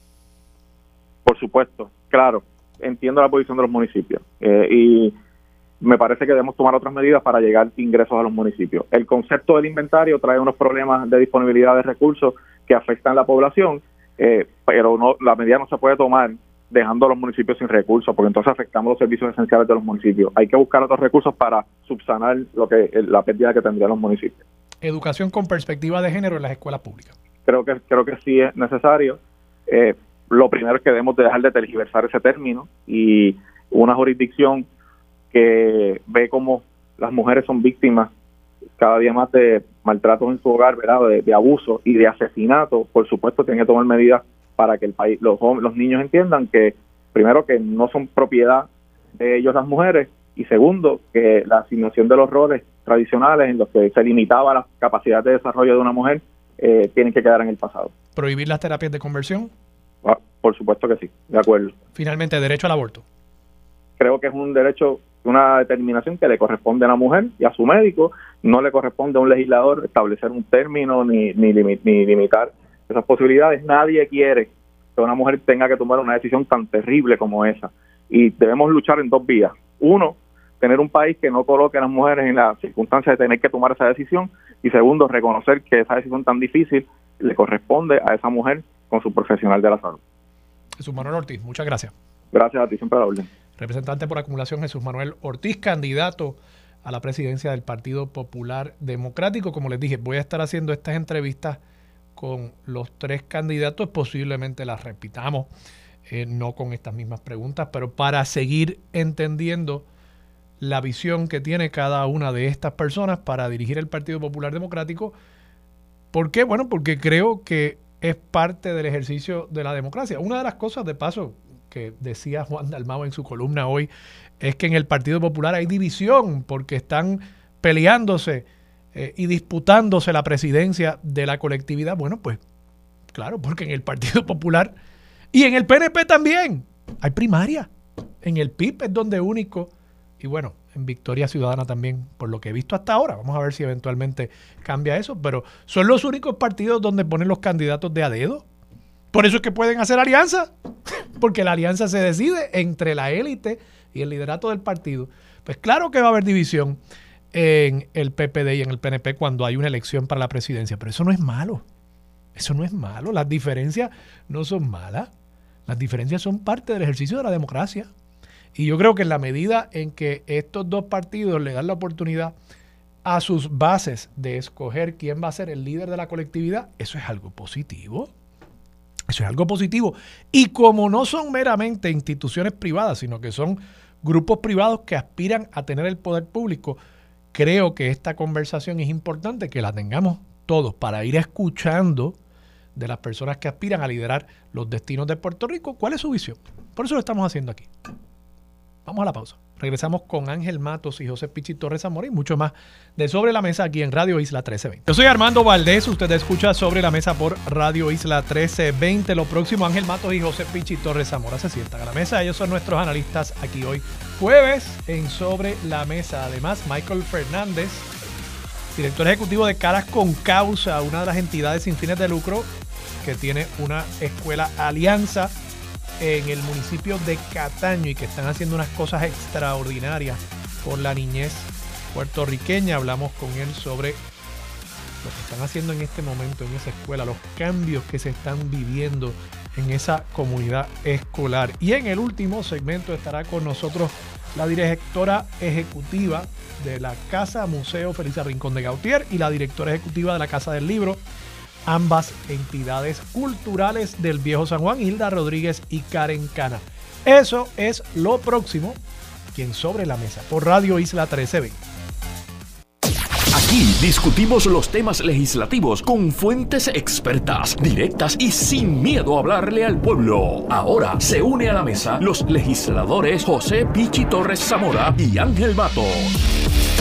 Por supuesto, claro, entiendo la posición de los municipios eh, y me parece que debemos tomar otras medidas para llegar ingresos a los municipios. El concepto del inventario trae unos problemas de disponibilidad de recursos que afectan a la población, eh, pero no la medida no se puede tomar dejando a los municipios sin recursos, porque entonces afectamos los servicios esenciales de los municipios. Hay que buscar otros recursos para subsanar lo que la pérdida que tendrían los municipios. Educación con perspectiva de género en las escuelas públicas. Creo que creo que sí es necesario. Eh, lo primero es que debemos de dejar de tergiversar ese término, y una jurisdicción que ve como las mujeres son víctimas cada día más de maltratos en su hogar, ¿verdad?, de, de abuso y de asesinato, por supuesto tiene que tomar medidas para que el país, los los niños entiendan que, primero, que no son propiedad de ellos las mujeres, y segundo, que la asignación de los roles tradicionales en los que se limitaba la capacidad de desarrollo de una mujer eh, tienen que quedar en el pasado. ¿Prohibir las terapias de conversión? Ah, por supuesto que sí, de acuerdo. Finalmente, derecho al aborto. Creo que es un derecho, una determinación que le corresponde a la mujer y a su médico. No le corresponde a un legislador establecer un término ni, ni, limit, ni limitar esas posibilidades. Nadie quiere que una mujer tenga que tomar una decisión tan terrible como esa. Y debemos luchar en dos vías. Uno, tener un país que no coloque a las mujeres en la circunstancia de tener que tomar esa decisión. Y segundo, reconocer que esa decisión tan difícil le corresponde a esa mujer con su profesional de la salud. Jesús Manuel Ortiz, muchas gracias. Gracias a ti, siempre a la orden. Representante por acumulación Jesús Manuel Ortiz, candidato a la presidencia del Partido Popular Democrático. Como les dije, voy a estar haciendo estas entrevistas con los tres candidatos, posiblemente las repitamos, eh, no con estas mismas preguntas, pero para seguir entendiendo la visión que tiene cada una de estas personas para dirigir el Partido Popular Democrático. ¿Por qué? Bueno, porque creo que es parte del ejercicio de la democracia. Una de las cosas, de paso, que decía Juan Dalmau en su columna hoy, es que en el Partido Popular hay división porque están peleándose eh, y disputándose la presidencia de la colectividad. Bueno, pues claro, porque en el Partido Popular y en el P N P también hay primaria. En el P I B es donde único, y bueno, en Victoria Ciudadana también, por lo que he visto hasta ahora. Vamos a ver si eventualmente cambia eso, pero son los únicos partidos donde ponen los candidatos de a dedo. Por eso es que pueden hacer alianza, porque la alianza se decide entre la élite y el liderato del partido. Pues claro que va a haber división en el P P D y en el P N P cuando hay una elección para la presidencia, pero eso no es malo. Eso no es malo. Las diferencias no son malas. Las diferencias son parte del ejercicio de la democracia. Y yo creo que en la medida en que estos dos partidos le dan la oportunidad a sus bases de escoger quién va a ser el líder de la colectividad, eso es algo positivo. Eso es algo positivo. Y como no son meramente instituciones privadas, sino que son grupos privados que aspiran a tener el poder público, creo que esta conversación es importante que la tengamos todos para ir escuchando de las personas que aspiran a liderar los destinos de Puerto Rico, cuál es su visión. Por eso lo estamos haciendo aquí. Vamos a la pausa. Regresamos con Ángel Matos y José Pichi Torres Zamora y mucho más de Sobre la Mesa aquí en Radio Isla trece veinte. Yo soy Armando Valdés, usted escucha Sobre la Mesa por Radio Isla trece veinte. Lo próximo, Ángel Matos y José Pichi Torres Zamora se sientan a la mesa. Ellos son nuestros analistas aquí hoy, jueves, en Sobre la Mesa. Además, Michael Fernández, director ejecutivo de Caras con Causa, una de las entidades sin fines de lucro que tiene una escuela Alianza en el municipio de Cataño y que están haciendo unas cosas extraordinarias por la niñez puertorriqueña. Hablamos con él sobre lo que están haciendo en este momento en esa escuela, los cambios que se están viviendo en esa comunidad escolar. Y en el último segmento estará con nosotros la directora ejecutiva de la Casa Museo Felisa Rincón de Gautier y la directora ejecutiva de la Casa del Libro, ambas entidades culturales del Viejo San Juan, Hilda Rodríguez y Karen Cana. Eso es lo próximo, quien Sobre la Mesa, por Radio Isla trece veinte. Aquí discutimos los temas legislativos con fuentes expertas, directas y sin miedo a hablarle al pueblo. Ahora se une a la mesa los legisladores José Pichi Torres Zamora y Ángel Matos.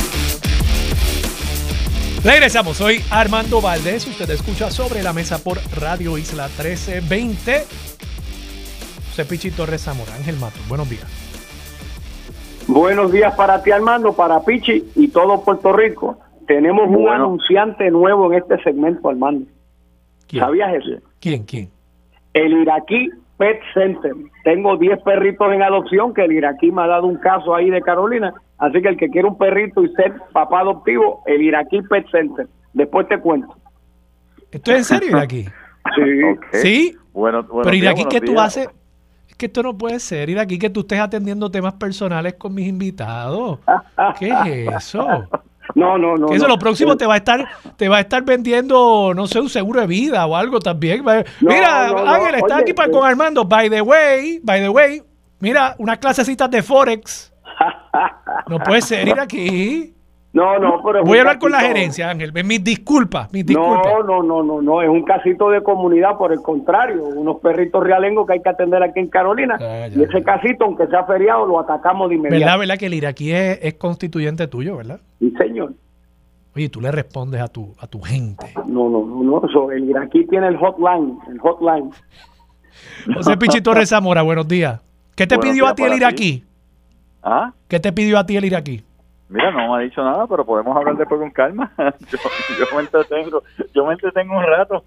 Regresamos, soy Armando Valdés, usted escucha Sobre la Mesa por Radio Isla trece veinte. José Pichi Torres Zamora, Ángel Matos, buenos días. Buenos días para ti, Armando, para Pichi y todo Puerto Rico. Tenemos un Bueno. anunciante nuevo en este segmento, Armando. ¿Quién? ¿Sabías eso? ¿Quién? ¿Quién? El Iraquí Pet Center. Tengo diez perritos en adopción que el Iraquí me ha dado un caso ahí de Carolina. Así que el que quiere un perrito y ser papá adoptivo, el Iraquí Pet Center. Después te cuento. ¿Esto es en serio, Iraquí? Sí. Okay. ¿Sí? Bueno, buenos Pero días, Iraquí, buenos ¿qué tú días. haces? Es que esto no puede ser, Iraquí, que tú estés atendiendo temas personales con mis invitados. ¿Qué es eso? No, no, no. Que eso no. lo próximo te va a estar te va a estar vendiendo, no sé, un seguro de vida o algo también. No, Mira, no, no. Ángel, está Oye, aquí para, eh. con Armando. By the way, by the way, mira, unas clasecitas de Forex. No puede ser, Iraquí. No, no, pero es Voy a un hablar con la casito- gerencia, Ángel. Mis disculpas, mis disculpas. No, no, no, no, no, es un casito de comunidad, por el contrario, unos perritos realengos que hay que atender aquí en Carolina, Ah, ya, y ese ya. casito, aunque sea feriado, lo atacamos de inmediato. ¿Verdad, verdad que el iraquí es, es constituyente tuyo, verdad? Sí, señor. Oye, tú le respondes a tu a tu gente. No, no, no, no, eso, el iraquí tiene el hotline, el hotline. José Pichi Torres Zamora, buenos días. ¿Qué te Buenos pidió días a ti el para iraquí? Ah, ¿Qué te pidió a ti el iraquí? mira, no me ha dicho nada, pero podemos hablar después con calma. Yo, yo me entretengo, yo me entretengo un rato.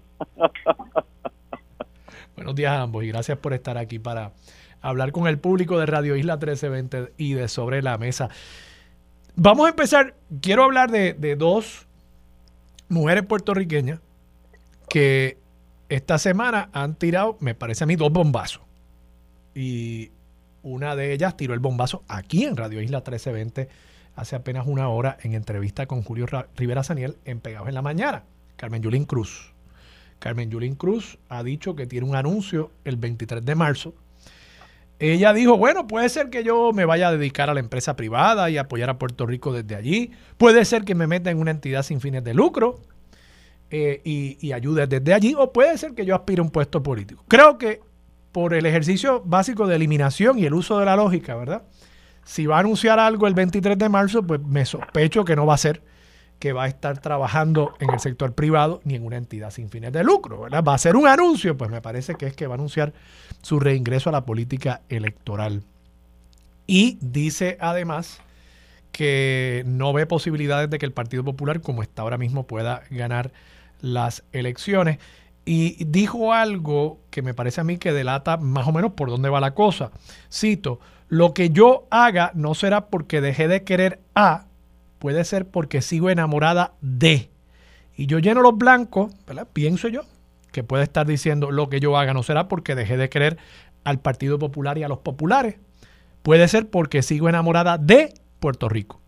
Buenos días a ambos y gracias por estar aquí para hablar con el público de Radio Isla trece veinte y de Sobre la Mesa. Vamos a empezar. Quiero hablar de, de dos mujeres puertorriqueñas que esta semana han tirado, me parece a mí, dos bombazos. Y una de ellas tiró el bombazo aquí en Radio Isla trece veinte hace apenas una hora en entrevista con Julio Rivera Saniel en Pegados en la Mañana. Carmen Yulín Cruz. Carmen Yulín Cruz ha dicho que tiene un anuncio el veintitrés de marzo. Ella dijo, bueno, puede ser que yo me vaya a dedicar a la empresa privada y apoyar a Puerto Rico desde allí. Puede ser que me meta en una entidad sin fines de lucro eh, y, y ayude desde allí. O puede ser que yo aspire a un puesto político. Creo que por el ejercicio básico de eliminación y el uso de la lógica, ¿verdad? Si va a anunciar algo el veintitrés de marzo, pues me sospecho que no va a ser que va a estar trabajando en el sector privado ni en una entidad sin fines de lucro, ¿verdad? Va a ser un anuncio, pues me parece que es que va a anunciar su reingreso a la política electoral. Y dice además que no ve posibilidades de que el Partido Popular, como está ahora mismo, pueda ganar las elecciones. Y dijo algo que me parece a mí que delata más o menos por dónde va la cosa. Cito, lo que yo haga no será porque dejé de querer a, puede ser porque sigo enamorada de. Y yo lleno los blancos, ¿verdad? Pienso yo que puede estar diciendo lo que yo haga no será porque dejé de querer al Partido Popular y a los populares. Puede ser porque sigo enamorada de Puerto Rico.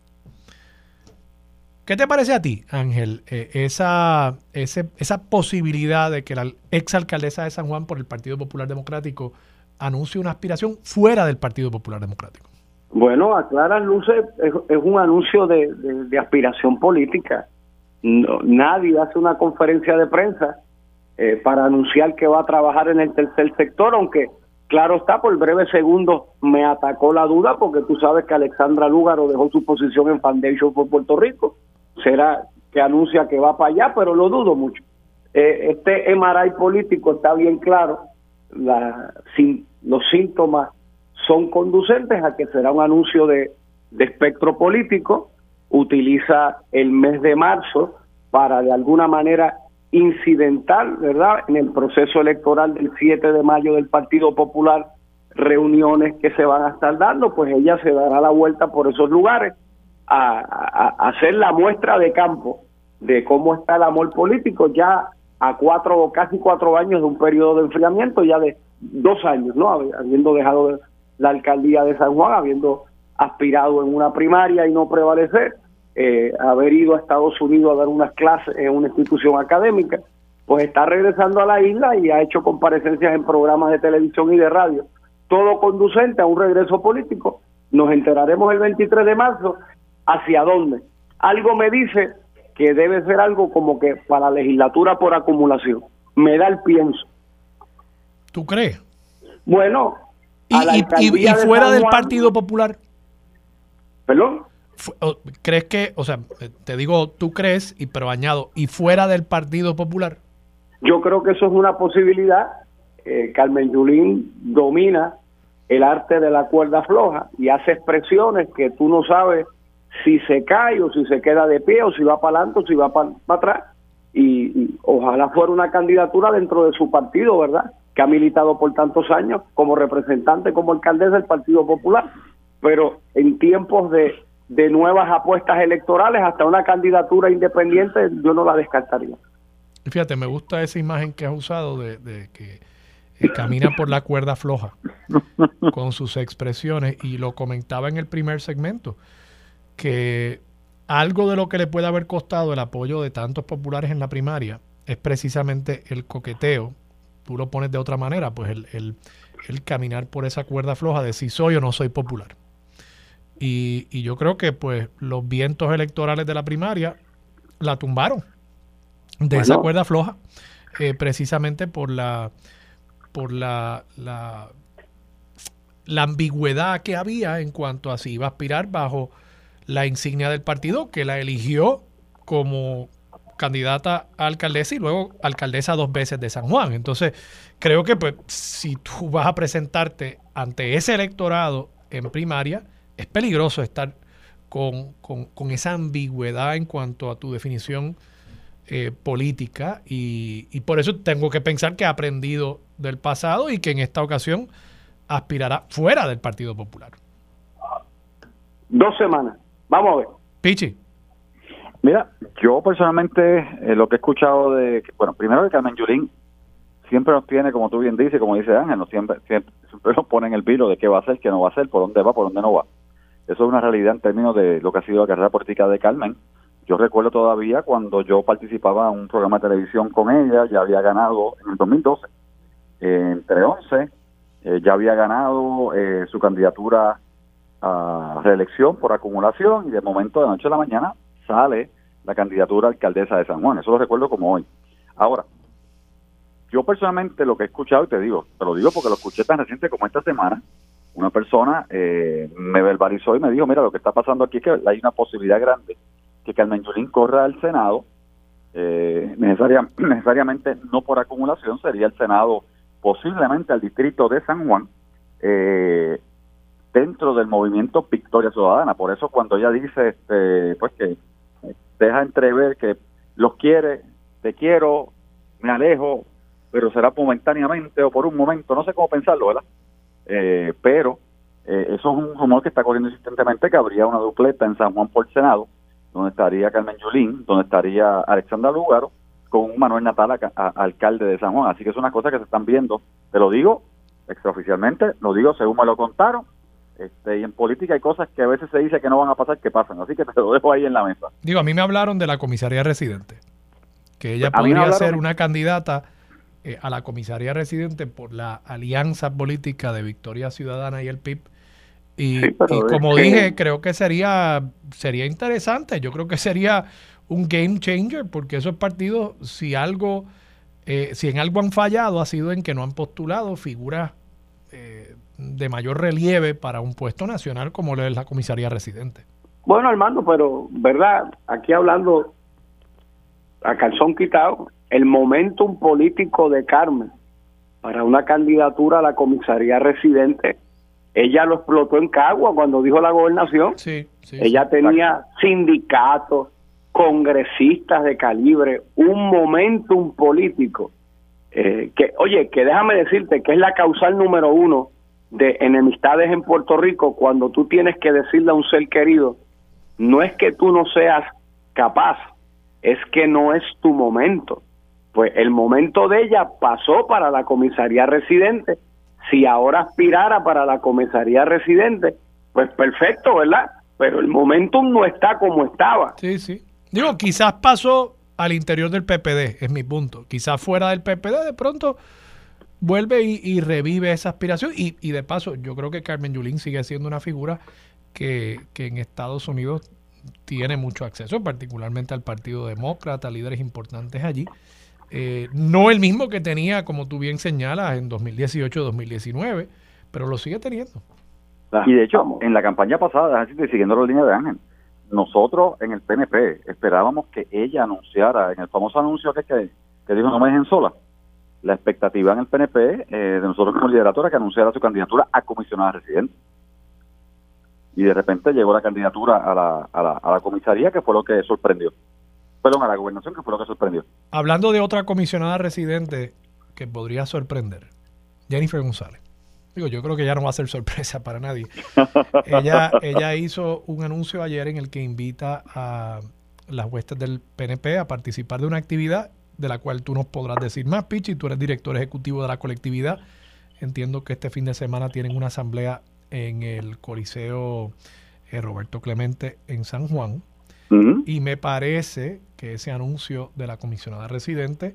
¿Qué te parece a ti, Ángel, eh, esa, ese, esa posibilidad de que la exalcaldesa de San Juan por el Partido Popular Democrático anuncie una aspiración fuera del Partido Popular Democrático? Bueno, a claras luces es, es un anuncio de, de, de aspiración política. No, nadie hace una conferencia de prensa eh, para anunciar que va a trabajar en el tercer sector, aunque claro está, por breves segundos me atacó la duda, porque tú sabes que Alexandra Lúgaro dejó su posición en Foundation for Puerto Rico. Será que anuncia que va para allá, pero lo dudo mucho. Eh, este M R I político está bien claro, la, sin, los síntomas son conducentes a que será un anuncio de, de espectro político. Utiliza el mes de marzo para de alguna manera incidental, ¿verdad?, en el proceso electoral del siete de mayo del Partido Popular, reuniones que se van a estar dando, pues ella se dará la vuelta por esos lugares a, a, a hacer la muestra de campo de cómo está el amor político ya a cuatro, casi cuatro años de un periodo de enfriamiento, ya de dos años, ¿no?, habiendo dejado la alcaldía de San Juan, habiendo aspirado en una primaria y no prevalecer, eh, haber ido a Estados Unidos a dar unas clases en una institución académica, pues está regresando a la isla y ha hecho comparecencias en programas de televisión y de radio, todo conducente a un regreso político. Nos enteraremos el veintitrés de marzo hacia dónde. Algo me dice que debe ser algo como que para la legislatura por acumulación. Me da el pienso. ¿Tú crees? Bueno, y, y, y, y fuera del Partido Popular. ¿Perdón? ¿Crees que, o sea, te digo, tú crees, y pero añado, y fuera del Partido Popular? Yo creo que eso es una posibilidad. Eh, Carmen Yulín domina el arte de la cuerda floja y hace expresiones que tú no sabes si se cae o si se queda de pie o si va para adelante o si va para, para atrás. Y, y ojalá fuera una candidatura dentro de su partido, ¿verdad?, que ha militado por tantos años como representante, como alcaldesa del Partido Popular. Pero en tiempos de, de nuevas apuestas electorales, hasta una candidatura independiente, yo no la descartaría. Fíjate, me gusta esa imagen que has usado de, de que eh, camina por la cuerda floja con sus expresiones, y lo comentaba en el primer segmento, que algo de lo que le puede haber costado el apoyo de tantos populares en la primaria es precisamente el coqueteo. Tú lo pones de otra manera, pues el, el, el caminar por esa cuerda floja de si soy o no soy popular. Y, y yo creo que pues los vientos electorales de la primaria la tumbaron de bueno. esa cuerda floja, eh, precisamente por la por la, la la ambigüedad que había en cuanto a si iba a aspirar bajo la insignia del partido, que la eligió como candidata a alcaldesa y luego alcaldesa dos veces de San Juan. Entonces, creo que pues si tú vas a presentarte ante ese electorado en primaria, es peligroso estar con, con, con esa ambigüedad en cuanto a tu definición eh, política, y, y por eso tengo que pensar que ha aprendido del pasado y que en esta ocasión aspirará fuera del Partido Popular. Dos semanas. Vamos a ver. Pichi. Mira, yo personalmente eh, lo que he escuchado de, bueno, primero que Carmen Yulín siempre nos tiene, como tú bien dices, como dice Ángel, nos siempre, siempre, siempre nos pone en el vilo de qué va a hacer, qué no va a hacer, por dónde va, por dónde no va. Eso es una realidad en términos de lo que ha sido la carrera política de Carmen. Yo recuerdo todavía cuando yo participaba en un programa de televisión con ella, ya había ganado en el dos mil doce, eh, entre once, eh, ya había ganado eh, su candidatura a reelección por acumulación, y de momento, de noche a la mañana, sale la candidatura a alcaldesa de San Juan. Eso lo recuerdo como hoy. Ahora, yo personalmente lo que he escuchado, y te digo, te lo digo porque lo escuché tan reciente como esta semana, una persona eh, me verbalizó y me dijo, mira, lo que está pasando aquí es que hay una posibilidad grande que Carmen Yulín corra al Senado, eh, necesaria, necesariamente no por acumulación, sería el Senado posiblemente al distrito de San Juan, eh, dentro del movimiento Victoria Ciudadana. Por eso cuando ella dice este, pues que deja entrever que los quiere, te quiero, me alejo, pero será momentáneamente o por un momento, no sé cómo pensarlo, ¿verdad? Eh, pero eh, eso es un rumor que está corriendo insistentemente, que habría una dupleta en San Juan por Senado, donde estaría Carmen Yulín, donde estaría Alexandra Lúgaro, con un Manuel Natal, a, a, alcalde de San Juan. Así que es una cosa que se están viendo, te lo digo extraoficialmente, lo digo según me lo contaron, este, y en política hay cosas que a veces se dice que no van a pasar, que pasan, así que te lo dejo ahí en la mesa. Digo, a mí me hablaron de la comisaría residente, que ella A mí me podría hablaron- ser una candidata eh, a la comisaría residente por la alianza política de Victoria Ciudadana y el P I B. Y, Sí, pero y es como que- dije, creo que sería sería interesante. Yo creo que sería un game changer, porque esos partidos, si algo, eh, si en algo han fallado, ha sido en que no han postulado figuras eh, de mayor relieve para un puesto nacional como lo es la comisaría residente. Bueno, Armando, pero, ¿verdad? Aquí hablando a calzón quitado, el momentum político de Carmen para una candidatura a la comisaría residente, ella lo explotó en Cagua cuando dijo la gobernación. Sí, sí. Ella sí. tenía sindicatos, congresistas de calibre, un momentum político eh, que, oye, que déjame decirte que es la causal número uno de enemistades en Puerto Rico, cuando tú tienes que decirle a un ser querido, no es que tú no seas capaz, es que no es tu momento. Pues el momento de ella pasó para la comisaría residente. Si ahora aspirara para la comisaría residente, pues perfecto, ¿verdad? Pero el momentum no está como estaba. Sí, sí. Digo, quizás pasó al interior del P P D, es mi punto. Quizás fuera del P P D de pronto vuelve y, y revive esa aspiración. Y, y de paso, yo creo que Carmen Yulín sigue siendo una figura que, que en Estados Unidos tiene mucho acceso, particularmente al Partido Demócrata, líderes importantes allí. Eh, no el mismo que tenía, como tú bien señalas, en dos mil dieciocho dos mil diecinueve, pero lo sigue teniendo. Y de hecho, Vamos. en la campaña pasada, así que siguiendo la línea de Ángel, nosotros en el P N P esperábamos que ella anunciara, en el famoso anuncio que, que, que dijo no me dejen sola, la expectativa en el P N P eh, de nosotros como lideratura que anunciara su candidatura a comisionada residente. Y de repente llegó la candidatura a la, a la, a la comisaría, que fue lo que sorprendió. Perdón, a la gobernación, que fue lo que sorprendió. Hablando de otra comisionada residente que podría sorprender, Jennifer González. Digo, yo creo que ya no va a ser sorpresa para nadie. ella, ella hizo un anuncio ayer en el que invita a las huestes del P N P a participar de una actividad de la cual tú nos podrás decir más, Pichi. Tú eres director ejecutivo de la colectividad. Entiendo que este fin de semana tienen una asamblea en el Coliseo eh, Roberto Clemente en San Juan. Uh-huh. Y me parece que ese anuncio de la comisionada residente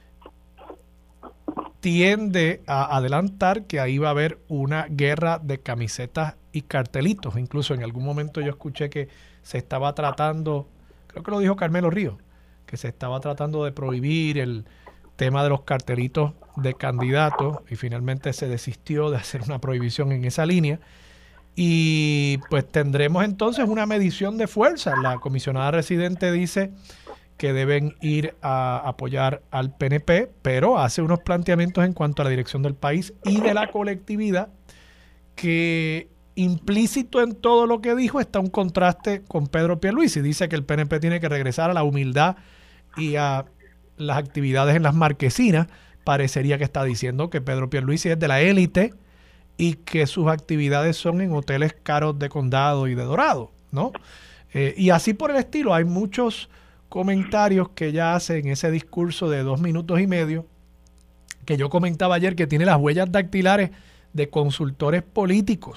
tiende a adelantar que ahí va a haber una guerra de camisetas y cartelitos. Incluso en algún momento yo escuché que se estaba tratando, creo que lo dijo Carmelo Ríos, que se estaba tratando de prohibir el tema de los cartelitos de candidatos y finalmente se desistió de hacer una prohibición en esa línea. Y pues tendremos entonces una medición de fuerza. La comisionada residente dice que deben ir a apoyar al P N P, pero hace unos planteamientos en cuanto a la dirección del país y de la colectividad que implícito en todo lo que dijo está un contraste con Pedro Pierluisi. Dice que el P N P tiene que regresar a la humildad y a las actividades en las marquesinas. Parecería que está diciendo que Pedro Pierluisi es de la élite y que sus actividades son en hoteles caros de Condado y de Dorado, ¿no? Eh, y así por el estilo. Hay muchos comentarios que ella hace en ese discurso de dos minutos y medio que yo comentaba ayer, que tiene las huellas dactilares de consultores políticos,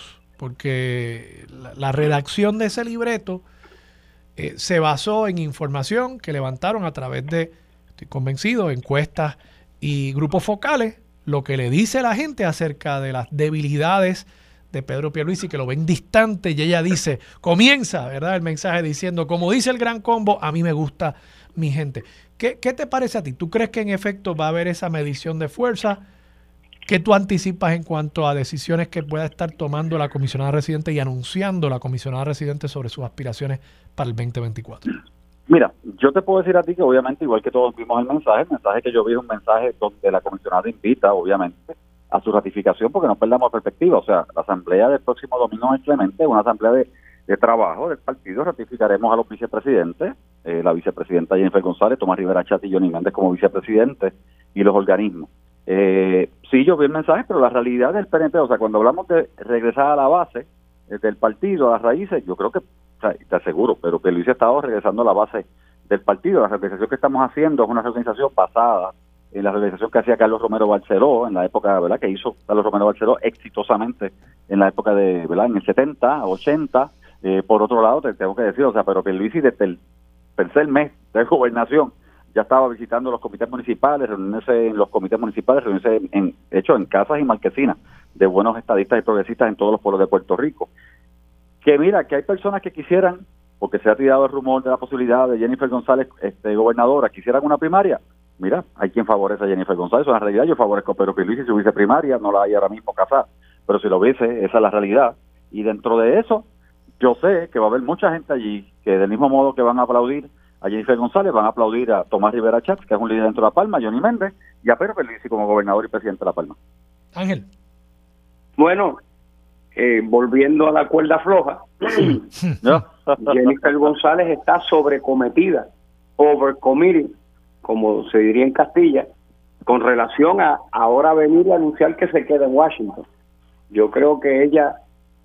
porque la, la redacción de ese libreto eh, se basó en información que levantaron a través de, estoy convencido, encuestas y grupos focales, lo que le dice la gente acerca de las debilidades de Pedro Pierluisi, que lo ven distante, y ella dice, comienza, ¿verdad?, el mensaje diciendo, como dice el Gran Combo, a mí me gusta mi gente. ¿Qué, qué te parece a ti? ¿Tú crees que en efecto va a haber esa medición de fuerza? ¿Qué tú anticipas en cuanto a decisiones que pueda estar tomando la comisionada residente y anunciando la comisionada residente sobre sus aspiraciones para el veinte veinticuatro? Mira, yo te puedo decir a ti que obviamente, igual que todos vimos el mensaje, el mensaje que yo vi es un mensaje donde la comisionada invita, obviamente, a su ratificación, porque no perdamos perspectiva. O sea, la asamblea del próximo domingo en Clemente es una asamblea de, de trabajo del partido. Ratificaremos a los vicepresidentes, eh, la vicepresidenta Jennifer González, Tomás Rivera Chat y Johnny Méndez como vicepresidentes, y los organismos. Eh, sí, yo vi el mensaje, pero la realidad del P N P, o sea, cuando hablamos de regresar a la base eh, del partido, a las raíces, yo creo que, o sea, te aseguro, pero que Luis ha estado regresando a la base del partido. La reorganización que estamos haciendo es una reorganización basada en la reorganización que hacía Carlos Romero Barceló en la época, ¿verdad?, que hizo Carlos Romero Barceló exitosamente en la época de, ¿verdad?, en el setenta, ochenta. Eh, por otro lado, te tengo que decir, o sea, pero Pierluisi desde el tercer mes de gobernación ya estaba visitando los comités municipales, reunirse en los comités municipales, reunirse en, en hecho, en casas y marquesinas de buenos estadistas y progresistas en todos los pueblos de Puerto Rico. Que mira, que hay personas que quisieran, porque se ha tirado el rumor de la posibilidad de Jennifer González, este, gobernadora, quisieran una primaria. Mira, hay quien favorece a Jennifer González, en la realidad yo favorezco a Pedro Pierluisi si hubiese primaria, no la hay ahora mismo casada, pero si lo hubiese, esa es la realidad. Y dentro de eso, yo sé que va a haber mucha gente allí que del mismo modo que van a aplaudir a Jennifer González, van a aplaudir a Tomás Rivera Chatz, que es un líder dentro de La Palma, Johnny Méndez, y a Pedro Pierluisi como gobernador y presidente de La Palma. Ángel. Bueno, eh, volviendo a la cuerda floja, Jennifer González está sobrecometida, overcommitted, como se diría en Castilla, con relación a ahora venir a anunciar que se queda en Washington. Yo creo que ella,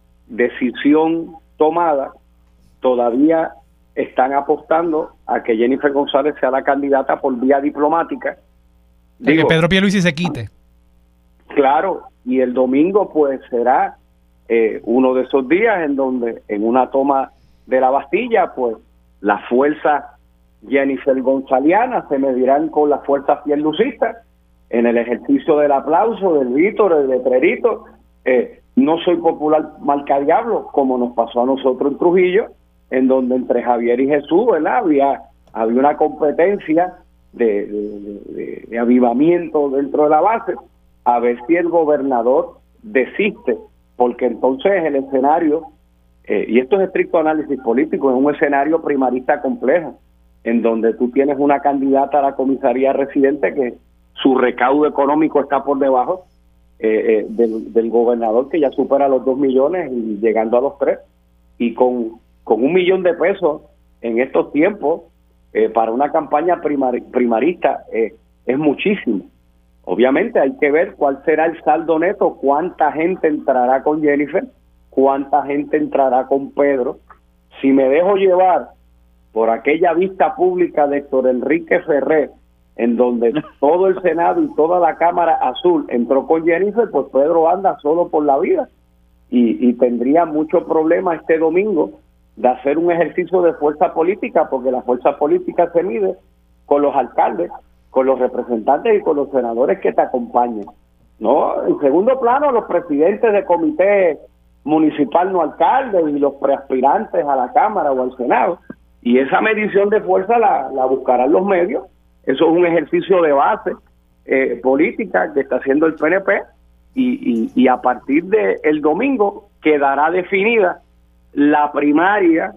decisión tomada, todavía están apostando a que Jennifer González sea la candidata por vía diplomática. De Digo, que Pedro Pierluisi se quite. Claro, y el domingo pues será eh, uno de esos días en donde en una toma de la Bastilla pues las fuerzas Jennifer Gonzaliana se medirán con las fuerzas pierlucistas en el ejercicio del aplauso, del grito, del letrerito. Eh, no soy popular marca diablo, como nos pasó a nosotros en Trujillo, en donde entre Javier y Jesús, ¿verdad?, había, había una competencia de, de, de, de avivamiento dentro de la base, a ver si el gobernador desiste, porque entonces el escenario, eh, y esto es estricto análisis político, es un escenario primarista complejo, en donde tú tienes una candidata a la comisaría residente que su recaudo económico está por debajo eh, eh, del, del gobernador, que ya supera los dos millones y llegando a los tres, y con, con un millón de pesos en estos tiempos eh, para una campaña primar, primarista eh, es muchísimo. Obviamente hay que ver cuál será el saldo neto, cuánta gente entrará con Jennifer, cuánta gente entrará con Pedro. Si me dejo llevar por aquella vista pública de Héctor Enrique Ferrer, en donde todo el Senado y toda la Cámara Azul entró con Jennifer, pues Pedro anda solo por la vida y, y tendría mucho problema este domingo de hacer un ejercicio de fuerza política, porque la fuerza política se mide con los alcaldes, con los representantes y con los senadores que te acompañan. No, en segundo plano, los presidentes de comité municipal no alcaldes y los preaspirantes a la Cámara o al Senado. Y esa medición de fuerza la, la buscarán los medios. Eso es un ejercicio de base eh, política que está haciendo el P N P y, y, y a partir del domingo quedará definida la primaria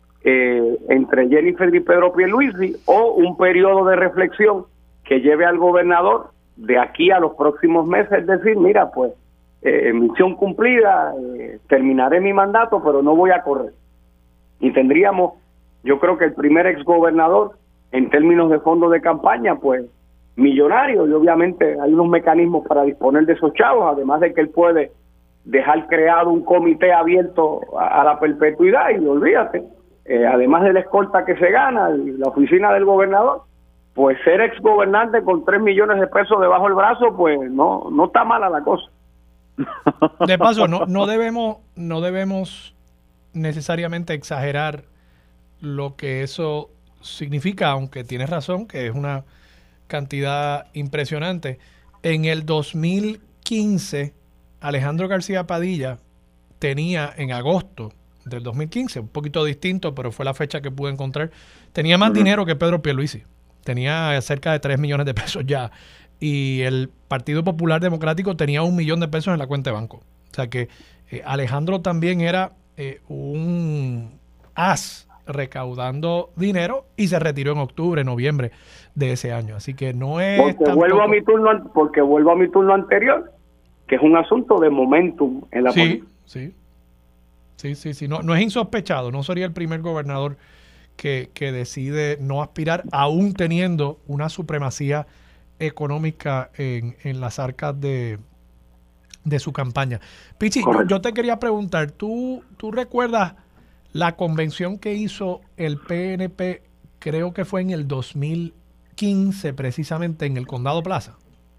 eh, entre Jennifer y Pedro Pierluisi o un periodo de reflexión que lleve al gobernador de aquí a los próximos meses, decir, mira, pues, eh, misión cumplida, eh, terminaré mi mandato, pero no voy a correr. Y tendríamos, yo creo que el primer exgobernador, en términos de fondos de campaña, pues, millonario, y obviamente hay unos mecanismos para disponer de esos chavos, además de que él puede dejar creado un comité abierto a, a la perpetuidad, y olvídate, eh, además de la escolta que se gana, y la oficina del gobernador, pues ser exgobernante con tres millones de pesos debajo del brazo, pues no no está mala la cosa. De paso, no, no debemos, no debemos necesariamente exagerar lo que eso significa, aunque tienes razón, que es una cantidad impresionante. En el dos mil quince, Alejandro García Padilla tenía en agosto del dos mil quince, un poquito distinto, pero fue la fecha que pude encontrar, tenía más uh-huh. dinero que Pedro Pierluisi. Tenía cerca de tres millones de pesos ya. Y el Partido Popular Democrático tenía un millón de pesos en la cuenta de banco. O sea que eh, Alejandro también era eh, un as recaudando dinero y se retiró en octubre, noviembre de ese año. Así que no es... Porque, tampoco... vuelvo, a mi turno, porque vuelvo a mi turno anterior, que es un asunto de momentum en la sí, política. Sí, sí, sí, sí. No, no es insospechado. No sería el primer gobernador que, que decide no aspirar, aún teniendo una supremacía económica en, en las arcas de, de su campaña. Pichi, yo, yo te quería preguntar, ¿tú, ¿tú recuerdas la convención que hizo el P N P, creo que fue en el dos mil quince, precisamente en el Condado Plaza?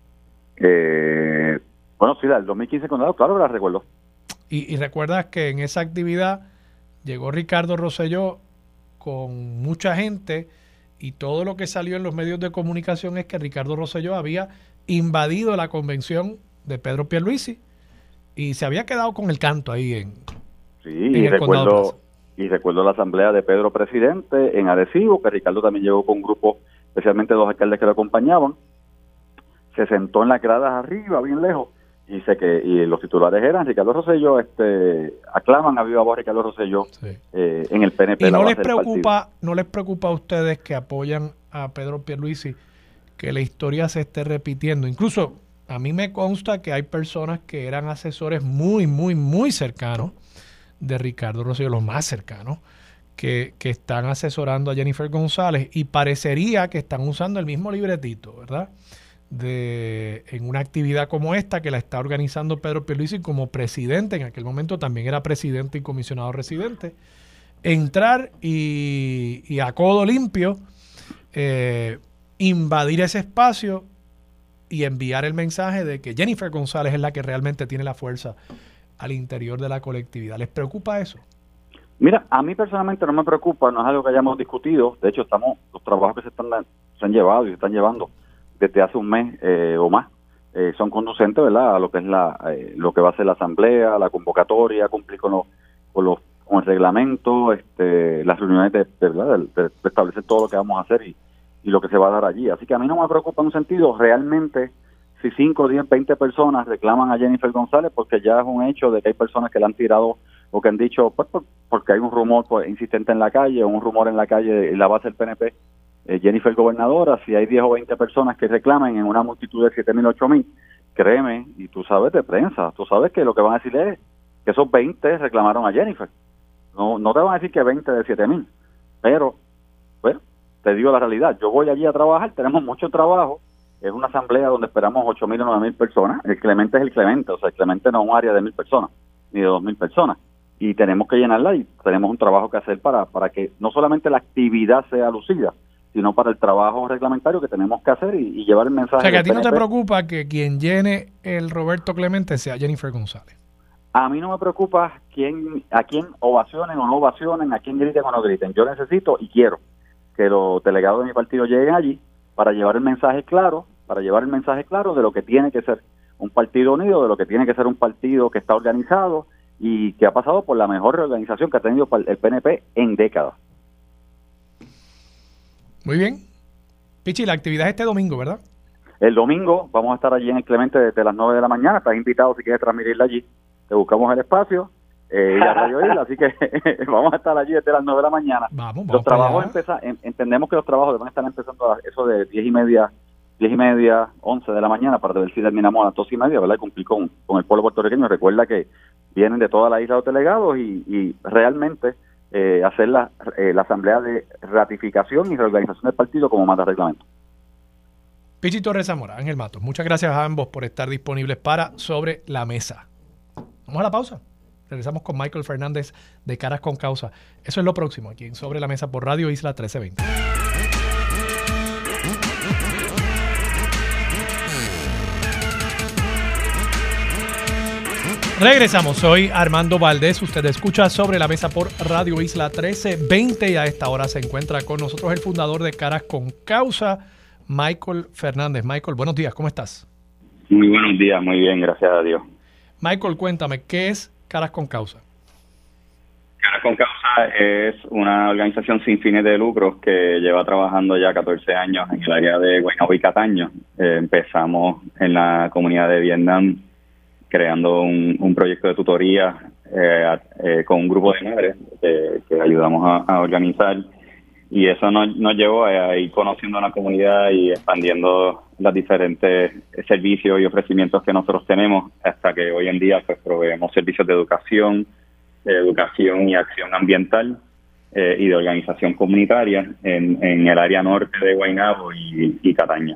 Eh, bueno, sí, el dos mil quince Condado, claro que la recuerdo. Y, y recuerdas que en esa actividad llegó Ricardo Rosselló con mucha gente, y todo lo que salió en los medios de comunicación es que Ricardo Rosselló había invadido la convención de Pedro Pierluisi y se había quedado con el canto ahí en, sí, en y el recuerdo, Condado Plaza. Y recuerdo la asamblea de Pedro Presidente en Arecibo, que Ricardo también llegó con un grupo, especialmente dos alcaldes que lo acompañaban. Se sentó en las gradas arriba, bien lejos, y sé que y los titulares eran Ricardo Rosselló, este, aclaman a viva voz a Ricardo Rosselló sí. eh, en el P N P. ¿Y no les preocupa, no les preocupa a ustedes que apoyan a Pedro Pierluisi que la historia se esté repitiendo? Incluso a mí me consta que hay personas que eran asesores muy, muy, muy cercanos de Ricardo Rosselló, los más cercanos, que, que están asesorando a Jennifer González, y parecería que están usando el mismo libretito, ¿verdad? De, en una actividad como esta que la está organizando Pedro Pierluisi como presidente, en aquel momento también era presidente y comisionado residente, entrar y, y a codo limpio eh, invadir ese espacio y enviar el mensaje de que Jennifer González es la que realmente tiene la fuerza al interior de la colectividad. ¿Les preocupa eso? Mira, a mí personalmente no me preocupa, no es algo que hayamos discutido. De hecho, estamos los trabajos que se están se han llevado y se están llevando desde hace un mes eh, o más, eh, son conducentes, ¿verdad?, a lo que es la eh, lo que va a ser la asamblea, la convocatoria, cumplir con los con los con el reglamento, este, las reuniones de, de, ¿verdad? de, de establecer todo lo que vamos a hacer y, y lo que se va a dar allí. Así que a mí no me preocupa en un sentido, realmente, si cinco, diez, veinte personas reclaman a Jennifer González, porque ya es un hecho de que hay personas que le han tirado o que han dicho, pues, por, porque hay un rumor pues, insistente en la calle, o un rumor en la calle, en la base del P N P, Eh, Jennifer gobernadora, si hay diez o veinte personas que reclamen en una multitud de siete mil, ocho mil, créeme, y tú sabes de prensa, tú sabes que lo que van a decir es que esos veinte reclamaron a Jennifer. No no te van a decir que veinte de siete mil, pero, bueno, te digo la realidad, yo voy allí a trabajar, tenemos mucho trabajo, es una asamblea donde esperamos ocho mil o nueve mil personas, el Clemente es el Clemente, o sea, el Clemente no es un área de mil personas, ni de dos mil personas, y tenemos que llenarla y tenemos un trabajo que hacer para, para que no solamente la actividad sea lucida, sino para el trabajo reglamentario que tenemos que hacer y, y llevar el mensaje. O sea, que a ti no P N P. te preocupa que quien llene el Roberto Clemente sea Jennifer González. A mí no me preocupa quién, a quién ovacionen o no ovacionen, a quién griten o no griten. Yo necesito y quiero que los delegados de mi partido lleguen allí para llevar el mensaje claro, para llevar el mensaje claro de lo que tiene que ser un partido unido, de lo que tiene que ser un partido que está organizado y que ha pasado por la mejor reorganización que ha tenido el P N P en décadas. Muy bien. Pichi, la actividad es este domingo, ¿verdad? El domingo vamos a estar allí en el Clemente desde las nueve de la mañana. Estás invitado si quieres transmitirla allí. Te buscamos el espacio eh, y a Radio Isla, así que vamos a estar allí desde las nueve de la mañana. Vamos, vamos los trabajos empezan, entendemos que los trabajos deben estar empezando a eso de diez y media, diez y media, once de la mañana para ver si terminamos a las dos y media, ¿verdad? Y cumplir con, con el pueblo puertorriqueño. Recuerda que vienen de toda la isla los delegados y, y realmente Eh, hacer la, eh, la asamblea de ratificación y reorganización del partido como manda el reglamento. Pichi Torres Zamora, Ángel Matos, muchas gracias a ambos por estar disponibles para Sobre la Mesa. Vamos a la pausa. Regresamos con Michael Fernández de Caras con Causa. Eso es lo próximo aquí en Sobre la Mesa por Radio Isla trece veinte. Regresamos, soy Armando Valdés, usted escucha Sobre la Mesa por Radio Isla trece veinte y a esta hora se encuentra con nosotros el fundador de Caras con Causa, Michael Fernández. Michael, buenos días, ¿cómo estás? Muy buenos días, muy bien, gracias a Dios. Michael, cuéntame, ¿qué es Caras con Causa? Caras con Causa es una organización sin fines de lucro que lleva trabajando ya catorce años en el área de Guaynabo y Cataño. Eh, empezamos en la comunidad de Vietnam creando un, un proyecto de tutoría eh, eh, con un grupo de madres eh, que ayudamos a, a organizar, y eso nos, nos llevó a, a ir conociendo a la comunidad y expandiendo los diferentes servicios y ofrecimientos que nosotros tenemos, hasta que hoy en día pues proveemos servicios de educación, de educación y acción ambiental eh, y de organización comunitaria en, en el área norte de Guaynabo y, y Cataño.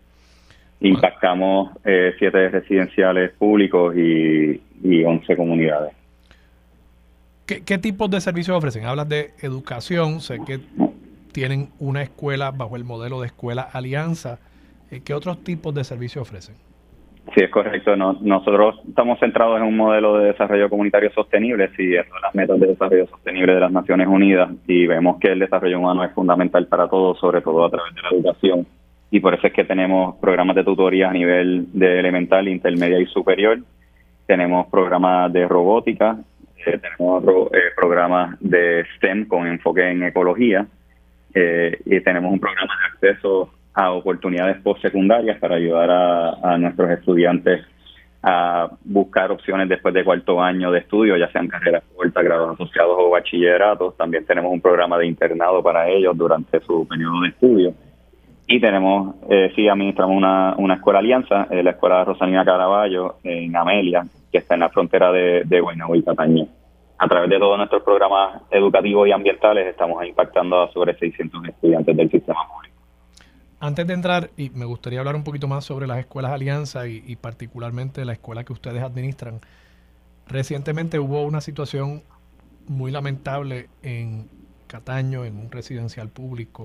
Impactamos eh, siete residenciales públicos y, y once comunidades. ¿Qué, ¿Qué tipos de servicios ofrecen? Hablas de educación, sé que tienen una escuela bajo el modelo de Escuela Alianza. ¿Qué otros tipos de servicios ofrecen? Sí, es correcto. No, nosotros estamos centrados en un modelo de desarrollo comunitario sostenible, siguiendo las metas de desarrollo sostenible de las Naciones Unidas, y vemos que el desarrollo humano es fundamental para todos, sobre todo a través de la educación. Y por eso es que tenemos programas de tutoría a nivel de elemental, intermedia y superior. Tenemos programas de robótica, eh, tenemos ro- eh, programas de STEM con enfoque en ecología, eh, y tenemos un programa de acceso a oportunidades postsecundarias para ayudar a, a nuestros estudiantes a buscar opciones después de cuarto año de estudio, ya sean carreras cortas, grados asociados o bachilleratos. También tenemos un programa de internado para ellos durante su periodo de estudio. Y tenemos, eh, sí, administramos una, una escuela alianza, eh, la escuela Rosalina Caraballo en Amelia, que está en la frontera de, de Guaynabo y Cataño. A través de todos nuestros programas educativos y ambientales estamos impactando a sobre seiscientos estudiantes del sistema público. Antes de entrar, y me gustaría hablar un poquito más sobre las escuelas alianza y, y particularmente la escuela que ustedes administran. Recientemente hubo una situación muy lamentable en Cataño, en un residencial público.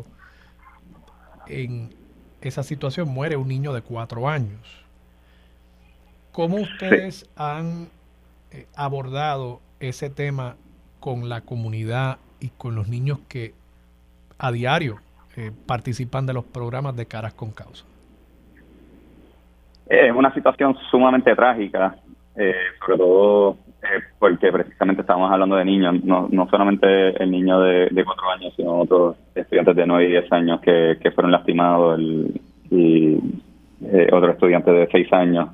En esa situación muere un niño de cuatro años. ¿Cómo ustedes sí. han eh, abordado ese tema con la comunidad y con los niños que a diario eh, participan de los programas de Caras con Causa? Es una situación sumamente trágica, eh, sobre todo eh, porque precisamente estamos hablando de niños, no, no solamente el niño de, de cuatro años, sino otros estudiantes de nueve y diez años que, que fueron lastimados, el, y eh, otro estudiante de seis años.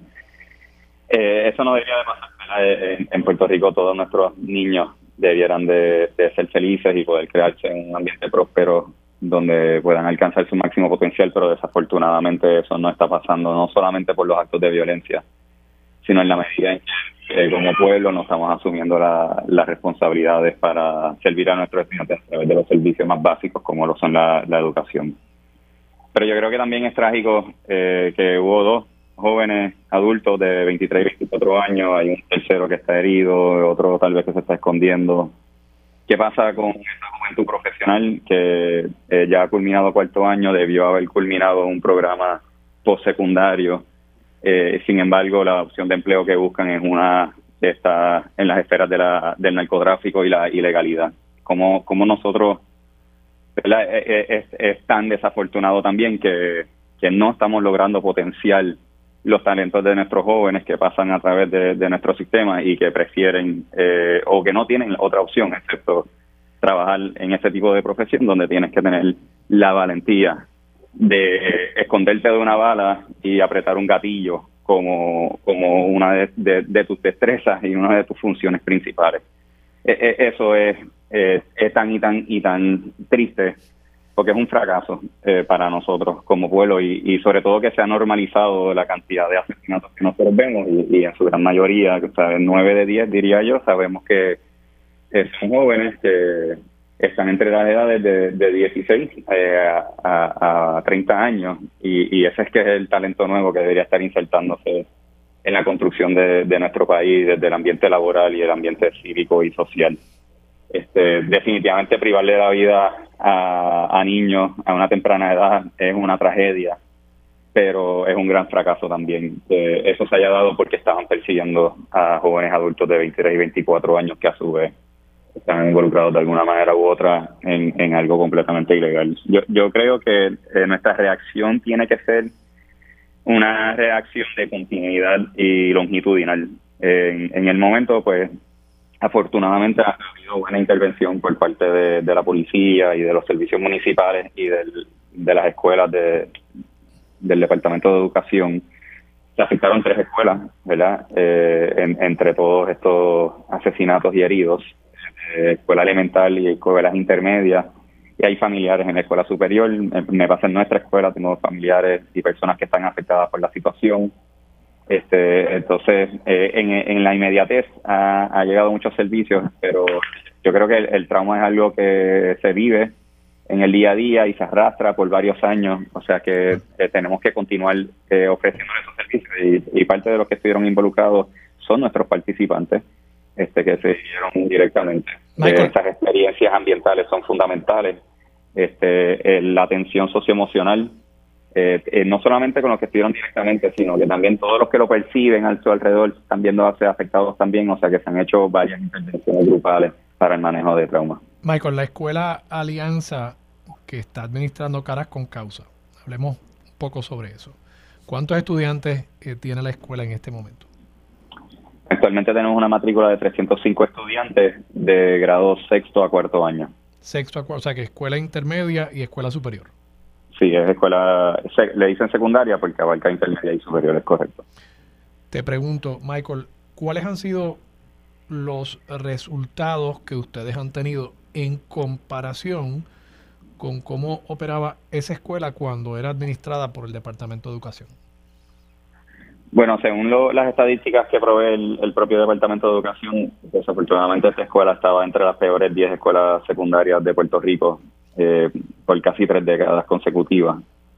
Eh, eso no debería de pasar, ¿verdad? En, en Puerto Rico todos nuestros niños debieran de, de ser felices y poder crearse en un ambiente próspero donde puedan alcanzar su máximo potencial, pero desafortunadamente eso no está pasando, no solamente por los actos de violencia, sino en la medida en que eh, como pueblo no estamos asumiendo la, las responsabilidades para servir a nuestros estudiantes a través de los servicios más básicos como lo son la, la educación. Pero yo creo que también es trágico eh, que hubo dos jóvenes adultos de veintitrés y veinticuatro años, hay un tercero que está herido, otro tal vez que se está escondiendo. ¿Qué pasa con esa juventud profesional que eh, ya ha culminado cuarto año, debió haber culminado un programa postsecundario? Eh, sin embargo, la opción de empleo que buscan es una que está en las esferas de la, del narcotráfico y la ilegalidad. ¿Cómo, cómo nosotros, ¿verdad? Es, es, es tan desafortunado también que, que no estamos logrando potenciar los talentos de nuestros jóvenes que pasan a través de, de nuestro sistema y que prefieren eh, o que no tienen otra opción excepto trabajar en este tipo de profesión donde tienes que tener la valentía de esconderte de una bala y apretar un gatillo como, como una de, de, de tus destrezas y una de tus funciones principales. E, e, eso es, es, es tan y tan y tan triste porque es un fracaso eh, para nosotros como pueblo y, y sobre todo que se ha normalizado la cantidad de asesinatos que nosotros vemos y, y en su gran mayoría, o sea, nueve de diez diría yo, sabemos que eh, son jóvenes que están entre las edades de, de dieciséis eh, a, a, a treinta años y, y ese es que es el talento nuevo que debería estar insertándose en la construcción de, de nuestro país desde el ambiente laboral y el ambiente cívico y social. Este, definitivamente privarle la vida a, a niños a una temprana edad es una tragedia pero es un gran fracaso también que eso se haya dado porque estaban persiguiendo a jóvenes adultos de veintitrés y veinticuatro años que a su vez están involucrados de alguna manera u otra en, en algo completamente ilegal. Yo, yo creo que eh, nuestra reacción tiene que ser una reacción de continuidad y longitudinal. Eh, en, en el momento, pues, afortunadamente ha habido buena intervención por parte de, de la policía y de los servicios municipales y del, de las escuelas de del Departamento de Educación. Se afectaron tres escuelas, ¿verdad? Eh, en, entre todos estos asesinatos y heridos, eh, escuela elemental y escuelas intermedias, y hay familiares en la escuela superior. Me, me pasa en nuestra escuela, tengo familiares y personas que están afectadas por la situación. Este, entonces, eh, en, en la inmediatez ha, ha llegado muchos servicios, pero yo creo que el, el trauma es algo que se vive en el día a día y se arrastra por varios años, o sea que eh, tenemos que continuar eh, ofreciendo esos servicios y, y parte de los que estuvieron involucrados son nuestros participantes este que se dieron directamente. Eh, estas experiencias ambientales son fundamentales, este eh, la atención socioemocional, eh, eh, no solamente con los que estuvieron directamente, sino que también todos los que lo perciben a su alrededor están viéndose afectados también, o sea que se han hecho varias intervenciones grupales para el manejo de trauma. Michael, la escuela Alianza que está administrando Caras con Causa, hablemos un poco sobre eso. ¿Cuántos estudiantes eh, tiene la escuela en este momento? Actualmente tenemos una matrícula de trescientos cinco estudiantes de grado sexto a cuarto año. Sexto a cuarto, o sea que escuela intermedia y escuela superior. Sí, es escuela, se, le dicen secundaria porque abarca intermedia y superior, es correcto. Te pregunto, Michael, ¿cuáles han sido los resultados que ustedes han tenido en comparación con cómo operaba esa escuela cuando era administrada por el Departamento de Educación? Bueno, según lo, las estadísticas que provee el, el propio Departamento de Educación, desafortunadamente esta escuela estaba entre las peores diez escuelas secundarias de Puerto Rico eh, por casi tres décadas consecutivas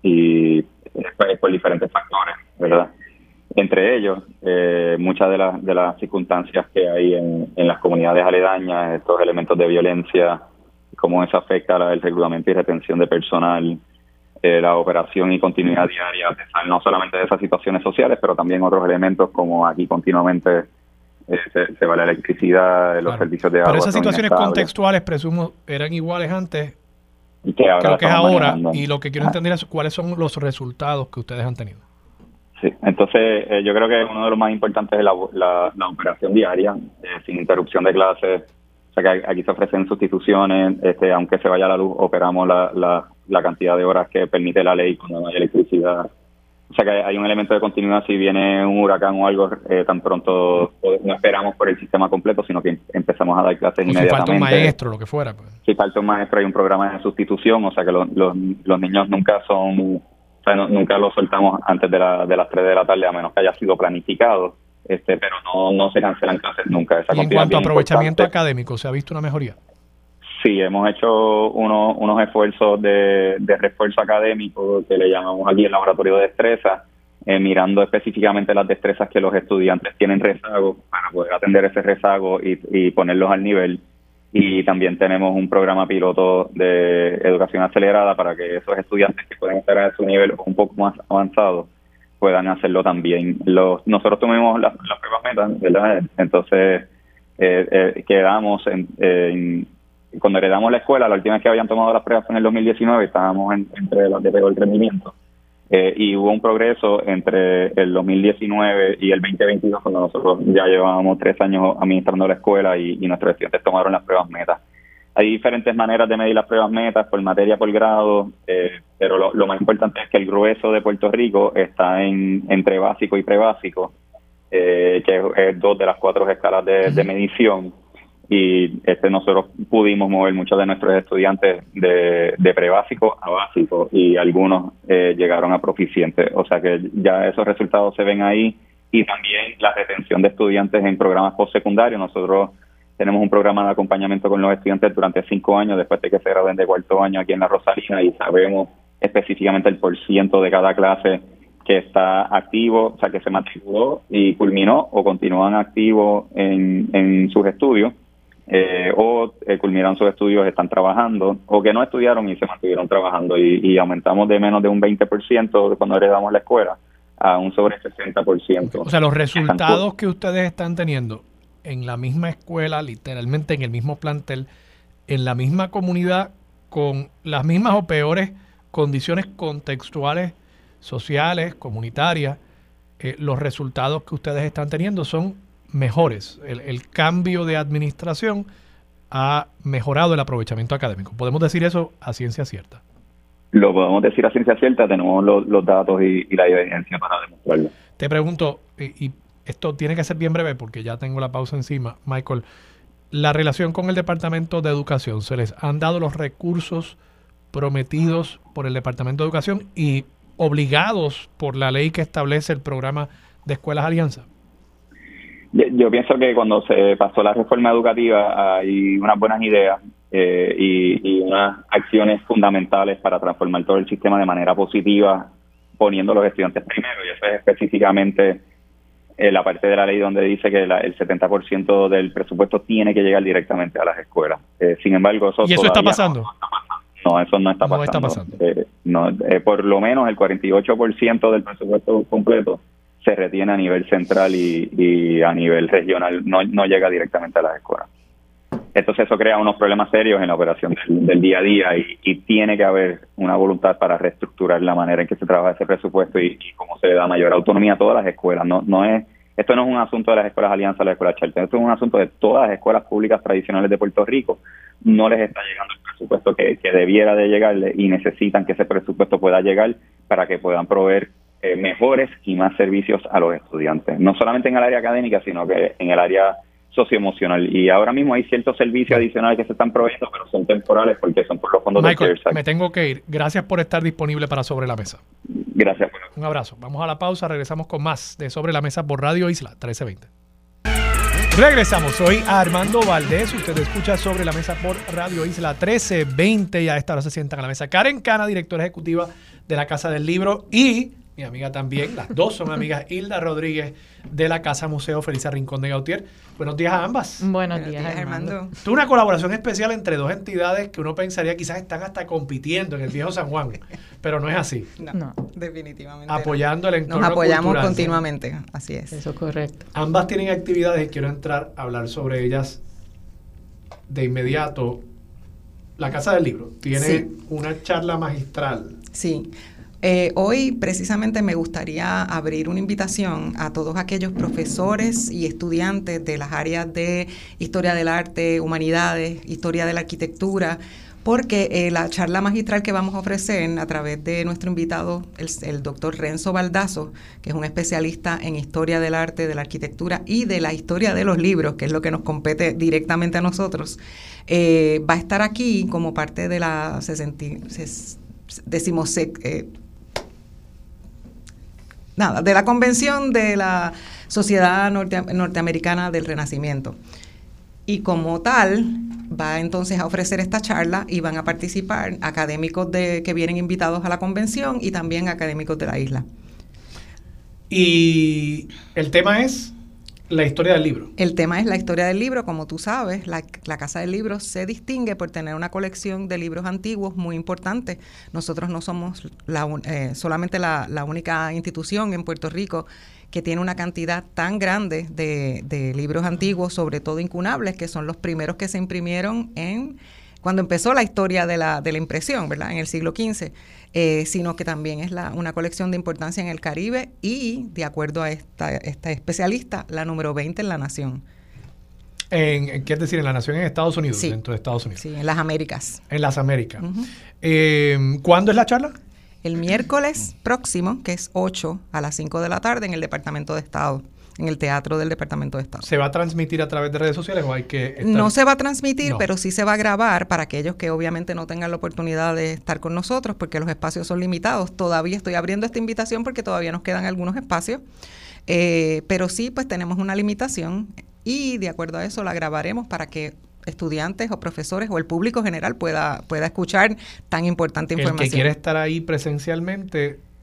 y es por diferentes factores, ¿verdad? Entre ellos, eh, muchas de las de las circunstancias que hay en, en las comunidades aledañas, estos elementos de violencia, cómo eso afecta la, el reclutamiento y retención de personal, eh, la operación y continuidad diaria, no solamente de esas situaciones sociales, pero también otros elementos como aquí continuamente eh, se, se va la electricidad, los claro. servicios de agua. Pero esas situaciones contextuales, presumo, eran iguales antes y que ahora que lo que es ahora, manejando. Y lo que quiero entender es cuáles son los resultados que ustedes han tenido. Sí, entonces eh, yo creo que uno de los más importantes es la, la, la operación diaria, eh, sin interrupción de clases. O sea que aquí se ofrecen sustituciones, este, aunque se vaya la luz, operamos la, la, la cantidad de horas que permite la ley cuando no hay electricidad. O sea que hay un elemento de continuidad. Si viene un huracán o algo, eh, tan pronto no esperamos por el sistema completo, sino que empezamos a dar clases o inmediatamente. Si falta un maestro, lo que fuera. Pues. Si falta un maestro, hay un programa de sustitución, o sea que los, los, los niños nunca son... O sea, no, nunca lo soltamos antes de, la, de las tres de la tarde, a menos que haya sido planificado, este, pero no, no se cancelan clases nunca. Esa y en cuanto a aprovechamiento importante. académico, ¿se ha visto una mejoría? Sí, hemos hecho uno, unos esfuerzos de, de refuerzo académico que le llamamos aquí el laboratorio de destrezas, eh, mirando específicamente las destrezas que los estudiantes tienen rezago para poder atender ese rezago y, y ponerlos al nivel. Y también tenemos un programa piloto de educación acelerada para que esos estudiantes que pueden estar a su nivel un poco más avanzado puedan hacerlo también. Los, nosotros tuvimos las, las pruebas metas, ¿verdad? Entonces eh, eh, quedamos en, en cuando heredamos la escuela, la última vez que habían tomado las pruebas fue en el dos mil diecinueve, estábamos en, entre las de peor rendimiento. Eh, y hubo un progreso entre el dos mil diecinueve y el veinte veintidós, cuando nosotros ya llevábamos tres años administrando la escuela y, y nuestros estudiantes tomaron las pruebas metas. Hay diferentes maneras de medir las pruebas metas, por materia, por grado, eh, pero lo, lo más importante es que el grueso de Puerto Rico está en entre básico y prebásico, eh, que es, es dos de las cuatro escalas de, de medición. Y este nosotros pudimos mover muchos de nuestros estudiantes de, de prebásico a básico y algunos eh, llegaron a proficiente. O sea que ya esos resultados se ven ahí y también la retención de estudiantes en programas postsecundarios. Nosotros tenemos un programa de acompañamiento con los estudiantes durante cinco años después de que se gradúen de cuarto año aquí en la Rosalina y sabemos específicamente el porciento de cada clase que está activo, o sea que se matriculó y culminó o continúan activos en, en sus estudios. eh, o eh, culminaron sus estudios, están trabajando, o que no estudiaron y se mantuvieron trabajando, y, y aumentamos de menos de un veinte por ciento de cuando heredamos la escuela a un sobre sesenta por ciento. O sea, los resultados que ustedes están teniendo en la misma escuela, literalmente en el mismo plantel, en la misma comunidad, con las mismas o peores condiciones contextuales, sociales, comunitarias, eh, los resultados que ustedes están teniendo son mejores. El, el cambio de administración ha mejorado el aprovechamiento académico. ¿Podemos decir eso a ciencia cierta? Lo podemos decir a ciencia cierta, tenemos los, los datos y, y la evidencia para demostrarlo. Te pregunto, y, y esto tiene que ser bien breve porque ya tengo la pausa encima, Michael, la relación con el Departamento de Educación, ¿se les han dado los recursos prometidos por el Departamento de Educación y obligados por la ley que establece el programa de Escuelas Alianza? Yo, yo pienso que cuando se pasó la reforma educativa hay unas buenas ideas eh, y, y unas acciones fundamentales para transformar todo el sistema de manera positiva, poniendo a los estudiantes primero, y eso es específicamente eh, la parte de la ley donde dice que la, el setenta por ciento del presupuesto tiene que llegar directamente a las escuelas. Eh, sin embargo, eso ¿Y eso está pasando? No, no, eso no está no pasando. Está pasando. Eh, no, eh, por lo menos el cuarenta y ocho por ciento del presupuesto completo se retiene a nivel central y, y a nivel regional, no, no llega directamente a las escuelas. Entonces eso crea unos problemas serios en la operación del, del día a día y, y tiene que haber una voluntad para reestructurar la manera en que se trabaja ese presupuesto y, y cómo se le da mayor autonomía a todas las escuelas. No, no es Esto no es un asunto de las escuelas Alianza, las escuelas Charter, esto es un asunto de todas las escuelas públicas tradicionales de Puerto Rico. No les está llegando el presupuesto que, que debiera de llegarle y necesitan que ese presupuesto pueda llegar para que puedan proveer eh, mejores y más servicios a los estudiantes. No solamente en el área académica, sino que en el área socioemocional. Y ahora mismo hay ciertos servicios adicionales que se están proveyendo, pero son temporales porque son por los fondos Michael, del CARES Act. Me tengo que ir. Gracias por estar disponible para Sobre la Mesa. Gracias. Bueno. Un abrazo. Vamos a la pausa. Regresamos con más de Sobre la Mesa por Radio Isla trece veinte. Regresamos. Soy Armando Valdés. Usted escucha Sobre la Mesa por Radio Isla trece veinte y a esta hora se sientan a la mesa Karen Cana, directora ejecutiva de la Casa del Libro, y mi amiga también, las dos son amigas, Hilda Rodríguez de la Casa Museo Felisa Rincón de Gautier. Buenos días a ambas. Buenos, Buenos días, días, Armando. Armando. Tuve una colaboración especial entre dos entidades que uno pensaría quizás están hasta compitiendo en el viejo San Juan, pero no es así. No, No. definitivamente. Apoyando no. el entorno Nos apoyamos cultural. continuamente, así es. Eso es correcto. Ambas tienen actividades y quiero entrar a hablar sobre ellas de inmediato. La Casa del Libro tiene Sí. una charla magistral. Sí. Eh, hoy precisamente me gustaría abrir una invitación a todos aquellos profesores y estudiantes de las áreas de Historia del Arte, Humanidades, Historia de la Arquitectura, porque eh, la charla magistral que vamos a ofrecer a través de nuestro invitado, el, el doctor Renzo Baldasso, que es un especialista en Historia del Arte, de la Arquitectura y de la Historia de los Libros, que es lo que nos compete directamente a nosotros, eh, va a estar aquí como parte de la sesenta, ses, decimosec, eh, Nada, de la convención de la Sociedad Norte, Norteamericana del Renacimiento. Y como tal, va entonces a ofrecer esta charla y van a participar académicos de, que vienen invitados a la convención y también académicos de la isla. Y el tema es la historia del libro. El tema es la historia del libro. Como tú sabes, la, la Casa del Libro se distingue por tener una colección de libros antiguos muy importante. Nosotros no somos la, eh, solamente la, la única institución en Puerto Rico que tiene una cantidad tan grande de, de libros antiguos, sobre todo incunables, que son los primeros que se imprimieron en cuando empezó la historia de la, de la impresión, ¿verdad? En el siglo quince, eh, sino que también es la, una colección de importancia en el Caribe y, de acuerdo a esta, esta especialista, la número veinte en la nación. En, en, ¿Qué es decir? En la nación en Estados Unidos, Sí. dentro de Estados Unidos. Sí, en las Américas. En las Américas. Uh-huh. Eh, ¿Cuándo es la charla? El miércoles próximo, que es ocho a las cinco de la tarde, en el Departamento de Estado, en el Teatro del Departamento de Estado. ¿Se va a transmitir a través de redes sociales o hay que estar? No se va a transmitir, No. pero sí se va a grabar para aquellos que obviamente no tengan la oportunidad de estar con nosotros porque los espacios son limitados. Todavía estoy abriendo esta invitación porque todavía nos quedan algunos espacios, eh, pero sí, pues tenemos una limitación y de acuerdo a eso la grabaremos para que estudiantes o profesores o el público general pueda, pueda escuchar tan importante El información. que quiere estar ahí presencialmente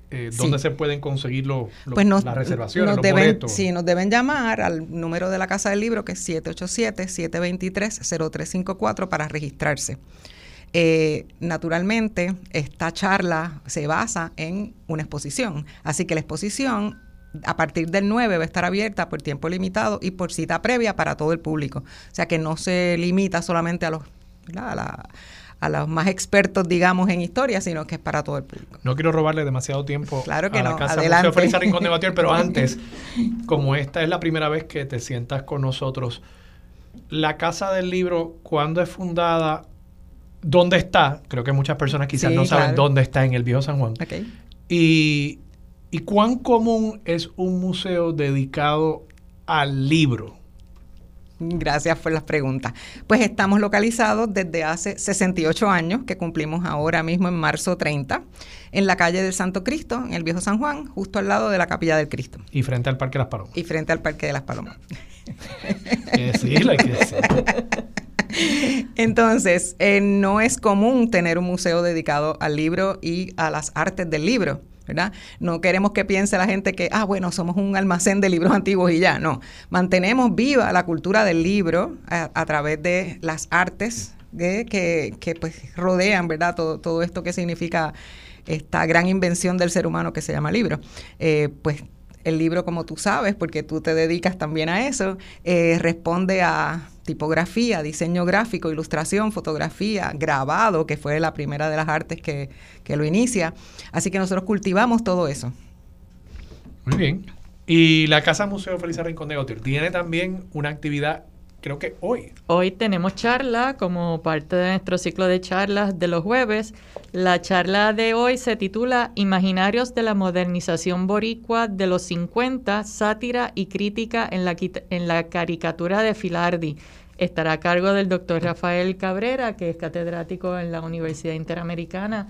eh, ¿dónde Sí. se pueden conseguir los, los- Pues nos, las reservaciones, nos los deben, boletos? sí, nos deben llamar al número de la Casa del Libro, que es siete ocho siete, siete dos tres, cero tres cinco cuatro, para registrarse. Eh, naturalmente, esta charla se basa en una exposición, así que la exposición a partir del nueve va a estar abierta por tiempo limitado y por cita previa para todo el público. O sea que no se limita solamente a los, ¿verdad? a la a los más expertos, digamos, en historia, sino que es para todo el público. No quiero robarle demasiado tiempo Claro que a la no, Casa adelante. Museo Felisa Rincón de Batier, pero antes, como esta es la primera vez que te sientas con nosotros, la Casa del Libro, ¿cuándo es fundada? ¿Dónde está? Creo que muchas personas quizás Sí, no saben claro. dónde está en el Viejo San Juan. Okay. Y, ¿Y cuán común es un museo dedicado al libro? Gracias por las preguntas. Pues estamos localizados desde hace sesenta y ocho años, que cumplimos ahora mismo en marzo treinta, en la calle del Santo Cristo, en el Viejo San Juan, justo al lado de la Capilla del Cristo. Y frente al Parque Las Palomas. Y frente al Parque de las Palomas. Hay que decirlo, hay que decirlo. Entonces, eh, no es común tener un museo dedicado al libro y a las artes del libro, ¿verdad? No queremos que piense la gente que, ah, bueno, somos un almacén de libros antiguos y ya. No, mantenemos viva la cultura del libro a, a través de las artes que, que, que pues rodean, ¿verdad? Todo, todo esto que significa esta gran invención del ser humano que se llama libro. Eh, pues el libro, como tú sabes, porque tú te dedicas también a eso, eh, responde a tipografía, diseño gráfico, ilustración, fotografía, grabado, que fue la primera de las artes que, que lo inicia. Así que nosotros cultivamos todo eso. Muy bien. Y la Casa Museo Felisa Rincón de Batier tiene también una actividad, creo que hoy. Hoy tenemos charla como parte de nuestro ciclo de charlas de los jueves. La charla de hoy se titula Imaginarios de la modernización boricua de los cincuenta, sátira y crítica en la, en la caricatura de Filardi. Estará a cargo del doctor Rafael Cabrera, que es catedrático en la Universidad Interamericana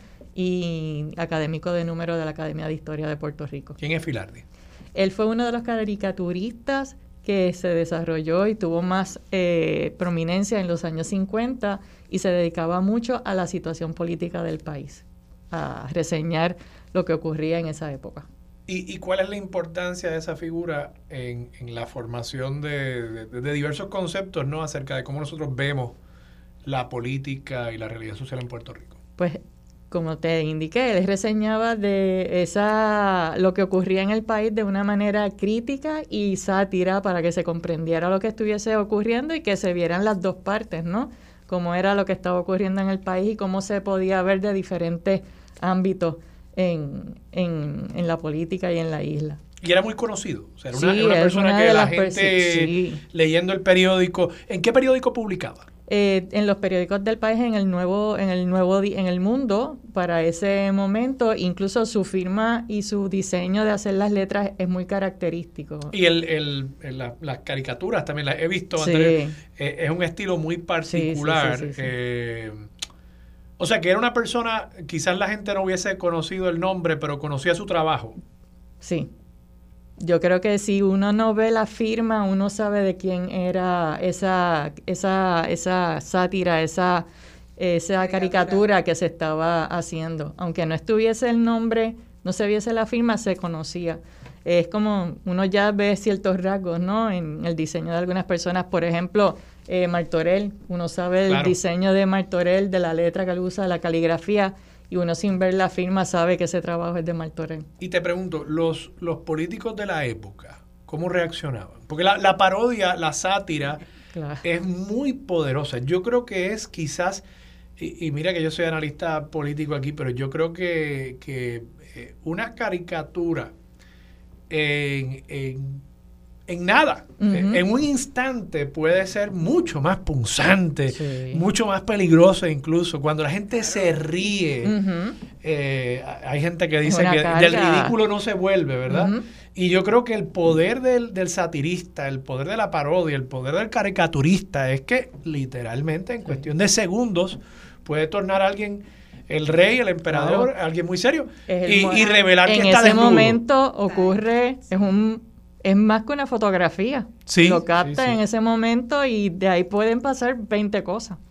y académico de número de la Academia de Historia de Puerto Rico. ¿Quién es Filardi? Él fue uno de los caricaturistas que se desarrolló y tuvo más eh, prominencia en los años cincuenta y se dedicaba mucho a la situación política del país, a reseñar lo que ocurría en esa época. ¿Y, y cuál es la importancia de esa figura en, en la formación de, de, de diversos conceptos, ¿no?, acerca de cómo nosotros vemos la política y la realidad social en Puerto Rico? Pues, como te indiqué, él reseñaba de esa lo que ocurría en el país de una manera crítica y sátira para que se comprendiera lo que estuviese ocurriendo y que se vieran las dos partes, ¿no? Cómo era lo que estaba ocurriendo en el país y cómo se podía ver de diferentes ámbitos en, en, en la política y en la isla. Y era muy conocido. O sea, era Sí, una, era una es persona una que de la las gente, perso- sí. leyendo el periódico. ¿En qué periódico publicaba? Eh, en los periódicos del país, en el nuevo, en el nuevo, di- en el Mundo, para ese momento, incluso su firma y su diseño de hacer las letras es muy característico. Y el, el, el- la- las caricaturas también las he visto Sí. anterior. Eh, es un estilo muy particular. Sí, sí, sí, sí, sí. Eh, o sea, que era una persona, quizás la gente no hubiese conocido el nombre, pero conocía su trabajo. Sí. Yo creo que si uno no ve la firma, uno sabe de quién era esa, esa, esa sátira, esa, esa caricatura que se estaba haciendo. Aunque no estuviese el nombre, no se viese la firma, se conocía. Es como uno ya ve ciertos rasgos, ¿no?, en el diseño de algunas personas. Por ejemplo, eh, Martorell, uno sabe el Claro. diseño de Martorell, de la letra que él usa, la caligrafía, y uno sin ver la firma sabe que ese trabajo es de Martorell. Y te pregunto, los, los políticos de la época, ¿cómo reaccionaban? Porque la, la parodia, la sátira, Claro. es muy poderosa. Yo creo que es quizás, y, y mira que yo soy analista político aquí, pero yo creo que, que eh, una caricatura en, en, en nada, Ujú. en, en un instante puede ser mucho más punzante, Sí. mucho más peligrosa incluso. Cuando la gente se ríe, Ujú. eh, hay gente que dice Una que carga. del ridículo no se vuelve, ¿verdad? Ujú. Y yo creo que el poder del, del satirista, el poder de la parodia, el poder del caricaturista es que literalmente en cuestión de segundos puede tornar a alguien el rey, el emperador, Claro. alguien muy serio Es el y, mo- y revelar que en está ese desnudo. momento ocurre, es un es más que una fotografía. Sí, Lo capta sí, sí. en ese momento y de ahí pueden pasar veinte cosas. Y,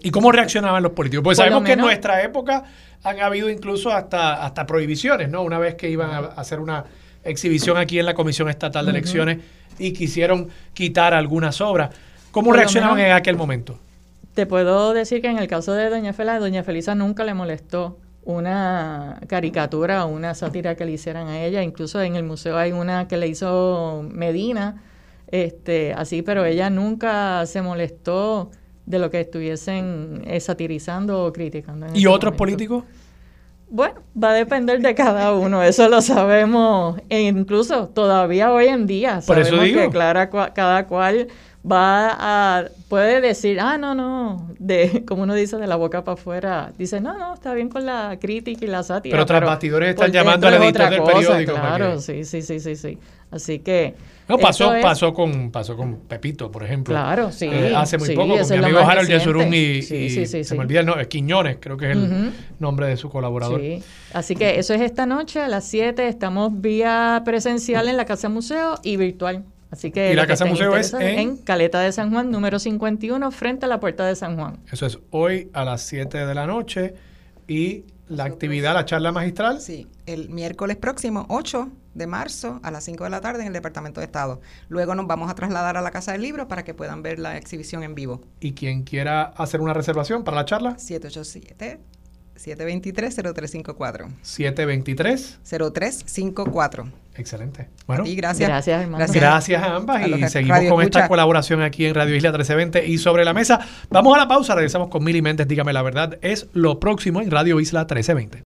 ¿Y cómo reaccionaban los políticos? Pues Por sabemos lo que en menos- nuestra época han habido incluso hasta, hasta prohibiciones, ¿no? Una vez que iban a hacer una exhibición aquí en la Comisión Estatal de Ujú. Elecciones y quisieron quitar algunas obras. ¿Cómo Por lo reaccionaban menos- en aquel momento? Te puedo decir que en el caso de Doña Fela, Doña Felisa nunca le molestó una caricatura o una sátira que le hicieran a ella. Incluso en el museo hay una que le hizo Medina, este, así, pero ella nunca se molestó de lo que estuviesen eh, satirizando o criticando. en ¿Y ese otros momento. políticos? Bueno, va a depender de cada uno, eso lo sabemos, e incluso todavía hoy en día Por eso sabemos digo. que clara, cua- cada cual va a, puede decir, ah, no, no, de como uno dice de la boca para afuera, dice, no, no, está bien con la crítica y la sátira. Pero tras bastidores están por llamando dentro al es editor otra del cosa, periódico para Claro, que- sí, sí, sí, sí, sí. Así que... No, pasó, eso es- pasó con pasó con Pepito, por ejemplo. Claro, sí. Eh, hace muy sí, poco, con eso mi es lo amigo más Harold reciente. Yesurún y, Sí, y sí, sí, se sí. me olvida el nombre, Quiñones, creo que es el Ujú. nombre de su colaborador. Sí, así que eso es esta noche a las siete. Estamos vía presencial en la Casa Museo y virtual. Así que ¿Y la los que Casa estén Museo es interesados, en? en Caleta de San Juan, número cincuenta y uno, frente a la Puerta de San Juan. Eso es hoy a las siete de la noche. Y la actividad, la charla magistral. Sí, el miércoles próximo, ocho de marzo, a las cinco de la tarde en el Departamento de Estado. Luego nos vamos a trasladar a la Casa del Libro para que puedan ver la exhibición en vivo. Y quien quiera hacer una reservación para la charla, siete ocho siete, siete dos tres, cero tres cinco cuatro. siete veintitrés. cero tres cinco cuatro. Excelente. Bueno, Y gracias. Gracias, hermano. gracias a ambas A los y seguimos Radio con esta Escucha. colaboración aquí en Radio Isla trece veinte y Sobre la Mesa. Vamos a la pausa, regresamos con Mili Méndez, dígame la verdad, es lo próximo en Radio Isla trece veinte.